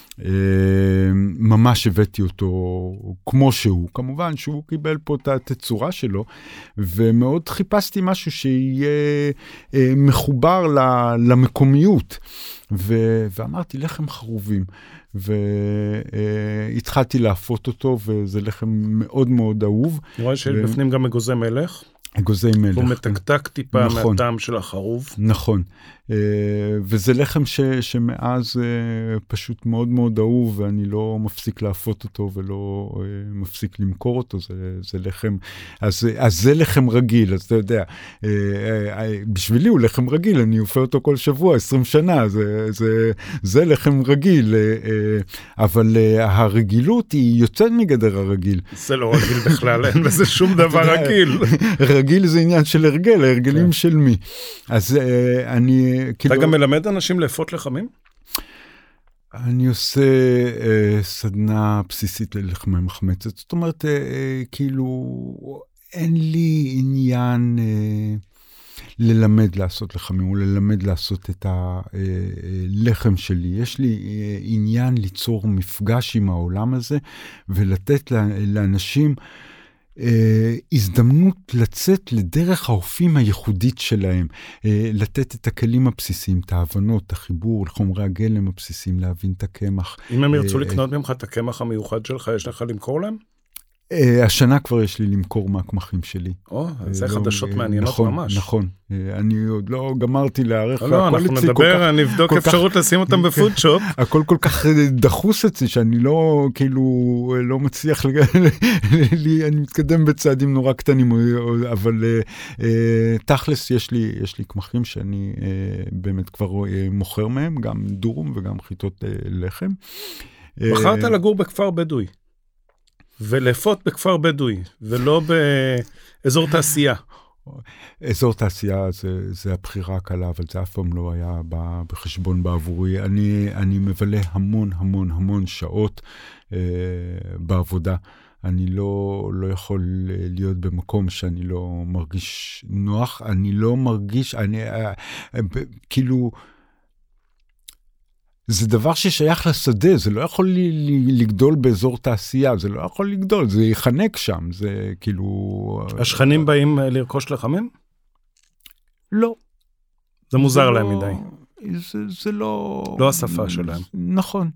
ממש הבאתי אותו כמו שהוא, כמובן שהוא קיבל פה את התצורה שלו, ומאוד חיפשתי משהו שיהיה מחובר למקומיות, ואמרתי לחם חרובים, והתחלתי להפות אותו, וזה לחם מאוד מאוד אהוב. אני רואה שבפנים גם אגוזי מלך. אגוזי מלך. הוא מתקתק טיפה מהטעם של החרוב. נכון. וזה לחם שמאז פשוט מאוד מאוד אהוב, ואני לא מפסיק להפות אותו, ולא מפסיק למכור אותו, זה לחם, אז זה לחם רגיל, אז אתה יודע, בשבילי הוא לחם רגיל, אני אופה אותו כל שבוע, 20 שנה, זה לחם רגיל, אבל הרגילות היא יוצאת מגדר הרגיל. זה לא רגיל בכלל, אין בזה שום דבר רגיל. רגיל זה עניין של הרגל, ההרגלים של מי. אז אני... אתה גם מלמד אנשים לאפות לחמים? אני עושה סדנה בסיסית ללחמי מחמצת. זאת אומרת, כאילו, אין לי עניין ללמד לעשות לחמים, או ללמד לעשות את הלחם שלי. יש לי עניין ליצור מפגש עם העולם הזה, ולתת לאנשים הזדמנות לצאת לדרך האופים הייחודית שלהם, לתת את הכלים הבסיסיים, את ההבנות, את החיבור, לחומרי הגלם הבסיסיים, להבין את הקמח. אם הם ירצו לקנות ממך את הקמח המיוחד שלך, יש לך למכור להם? השנה כבר יש לי למכור מהקמחים שלי. זה חדשות מעניינות ממש. נכון, אני עוד לא גמרתי להערך. לא, אנחנו נדבר, אני אבדוק אפשרות לשים אותם בפודשופ. הכל כל כך דחוס אצלי, שאני לא, כאילו, לא מצליח, אני מתקדם בצעדים נורא קטנים, אבל תכלס יש לי קמחים שאני באמת כבר מוכר מהם, גם דורום וגם חיטות לחם. בחרת לגור בכפר בדואי. ולפות בכפר בדואי, ולא באזור תעשייה. אזור תעשייה זה הבחירה הקלה, אבל זה אף פעם לא היה בחשבון בעבורי. אני מבלה המון שעות בעבודה. אני לא יכול להיות במקום שאני לא מרגיש נוח. אני לא מרגיש, כאילו... זה דבר ששייך לשדה, זה לא יכול לגדול באזור תעשייה, זה לא יכול לגדול, זה יחנק שם, זה כאילו... השכנים באים לרכוש לחמים? לא. זה מוזר להם מדי. זה לא... לא השפה שלהם. נכון,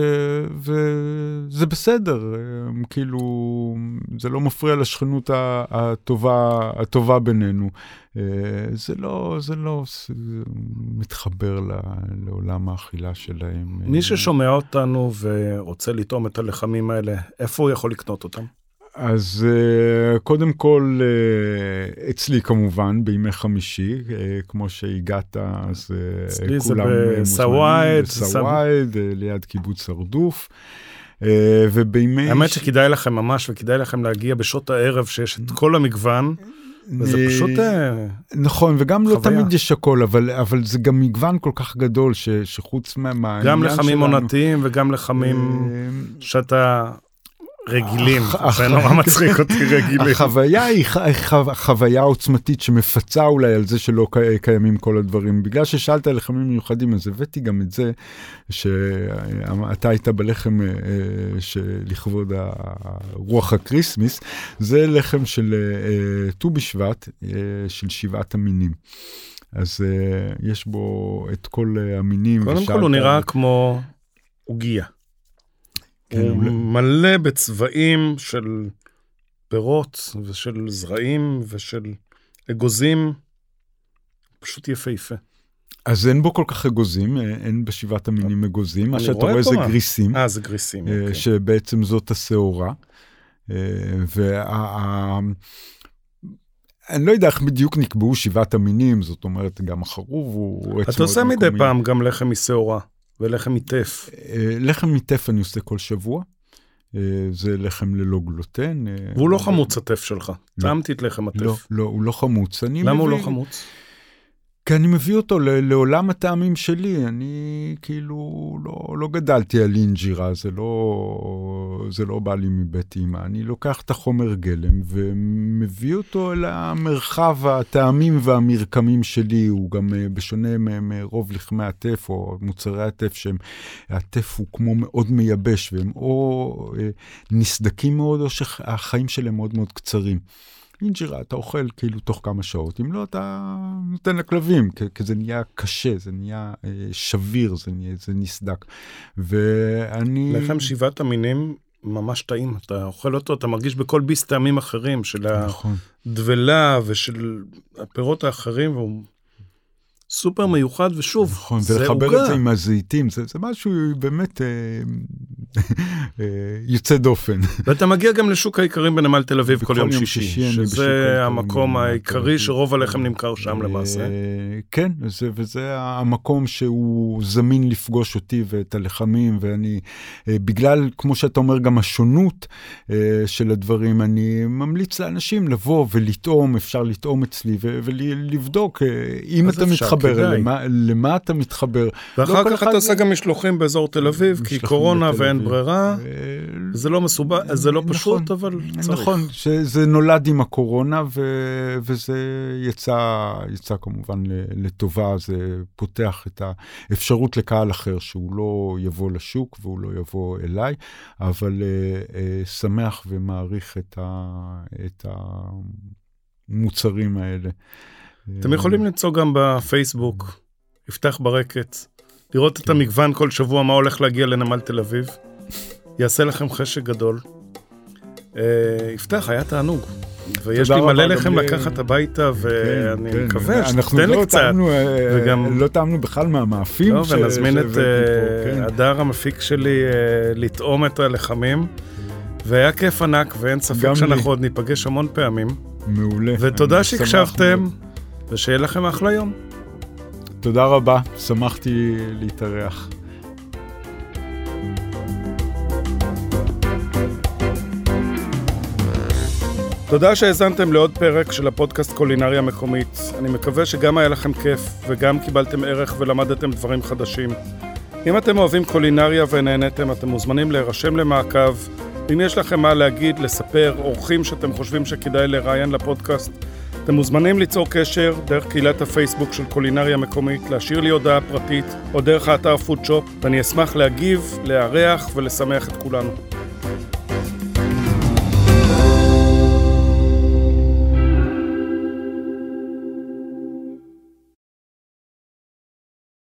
וזה בסדר, כאילו, זה לא מפריע לשכנות הטובה בינינו. זה לא מתחבר לעולם האכילה שלהם. מי ששומע אותנו ורוצה לטעום את הלחמים האלה, איפה הוא יכול לקנות אותם? אז קודם כל, אצלי כמובן, בימי חמישי, כמו שהגעת, אז כולם מוזמנים בסוואד, ליד קיבוץ הרדוף, ובימי... האמת שכדאי לכם ממש, וכדאי לכם להגיע בשעות הערב, שיש את כל המגוון, וזה פשוט נכון, וגם לא תמיד יש הכל, אבל זה גם מגוון כל כך גדול, שחוץ מה... גם לחמים עונתיים, וגם לחמים שאתה... רגילים, זה נורא מצחיק אותי רגילים. החוויה היא חוויה עוצמתית שמפצה אולי על זה שלא קיימים כל הדברים. בגלל ששאלת על לחמים מיוחדים, אז הבאתי גם את זה, שאתה היית בלחם לכבוד רוח הקריסמס, זה לחם של ט"ו בשבט, של 7 המינים. אז יש בו את כל המינים. קודם כל הוא נראה כמו עוגיה. הוא מלא בצבעים של פירות ושל זרעים ושל אגוזים, פשוט יפה. אז אין בו כל כך אגוזים, אין בשבעת המינים אגוזים, מה שאתה רואה זה גריסים. זה גריסים, אוקיי. שבעצם זאת השעורה. אני לא יודע איך בדיוק נקבעו 7 המינים, זאת אומרת גם החרוב הוא... אתה עושה מדי פעם גם לחם משעורה. ולחם מיטף. לחם מיטף אני עושה כל שבוע. זה לחם ללא גלוטן. והוא לא חמוץ הטף שלך. טעמתי את לחם הטף. לא, הוא לא חמוץ. למה הוא לא חמוץ? כי אני מביא אותו לעולם הטעמים שלי. אני כאילו לא גדלתי על אינג'ירה, זה לא בא לי מבית אמא. אני לוקח את החומר גלם ומביא אותו למרחב הטעמים והמרקמים שלי. הוא גם בשונה מרוב לחמי הטף או מוצרי הטף, שהטף הוא כמו מאוד מייבש, והם או נסדקים מאוד או שהחיים שלהם מאוד מאוד קצרים. אינג'ירה, אתה אוכל כאילו תוך כמה שעות, אם לא, אתה נותן לכלבים, כי זה נהיה קשה, זה נהיה שביר, זה נסדק. ואני... לחם 7 המינים ממש טעים, אתה אוכל אותו, אתה מרגיש בכל ביס טעמים אחרים, של הדבלה ושל הפירות האחרים, והוא סופר מיוחד, ושוב, נכון, ולחבר את זה עם הזיתים, זה משהו באמת יוצא דופן. ואתה מגיע גם לשוק העיקרים בנמל תל אביב כל יום שישי, שזה המקום העיקרי שרוב הלחם נמכר שם למעשה. כן, וזה המקום שהוא זמין לפגוש אותי ואת הלחמים, ואני, בגלל, כמו שאתה אומר, גם השונות של הדברים, אני ממליץ לאנשים לבוא ולטעום, אפשר לטעום אצלי, ולבדוק, אם אתה מתחבר, למה אתה מתחבר. ואחר כך אתה עושה גם משלוחים באזור תל אביב, כי קורונה ואין ברירה, זה לא מסובך, זה לא פשוט, אבל צריך. נכון, שזה נולד עם הקורונה, וזה יצא כמובן לטובה, זה פותח את האפשרות לקהל אחר, שהוא לא יבוא לשוק, והוא לא יבוא אליי, אבל שמח ומעריך את המוצרים האלה. אתם יכולים למצוא גם בפייסבוק, יפתח ברקת, לראות את המגוון כל שבוע, מה הולך להגיע לנמל תל אביב. יעשה לכם חשק גדול. יפתח, היה תענוג. ויש לי מלא לכם לקחת הביתה, ואני מקווה שתתן לי קצת. לא טעמנו בכלל מהמאפים. ונזמין את הדר המפיק שלי לטעום את הלחמים. והיה כיף ענק, ואין ספק שאנחנו עוד ניפגש המון פעמים. מעולה. ותודה שהקשבתם. ושיהיה לכם אחלה יום. תודה רבה, שמחתי להתארח. תודה שהאזנתם לעוד פרק של הפודקאסט קולינריה מקומית. אני מקווה שגם היה לכם כיף וגם קיבלתם ערך ולמדתם דברים חדשים. אם אתם אוהבים קולינריה ונהנתם, אתם מוזמנים להירשם למעקב. אם יש לכם מה להגיד, לספר, אורחים שאתם חושבים שכדאי לראיין לפודקאסט, אתם מוזמנים ליצור קשר דרך קהילת הפייסבוק של קולינריה מקומית, להשאיר לי הודעה פרטית או דרך האתר פודשופ, ואני אשמח להגיב, לארח ולשמח את כולנו.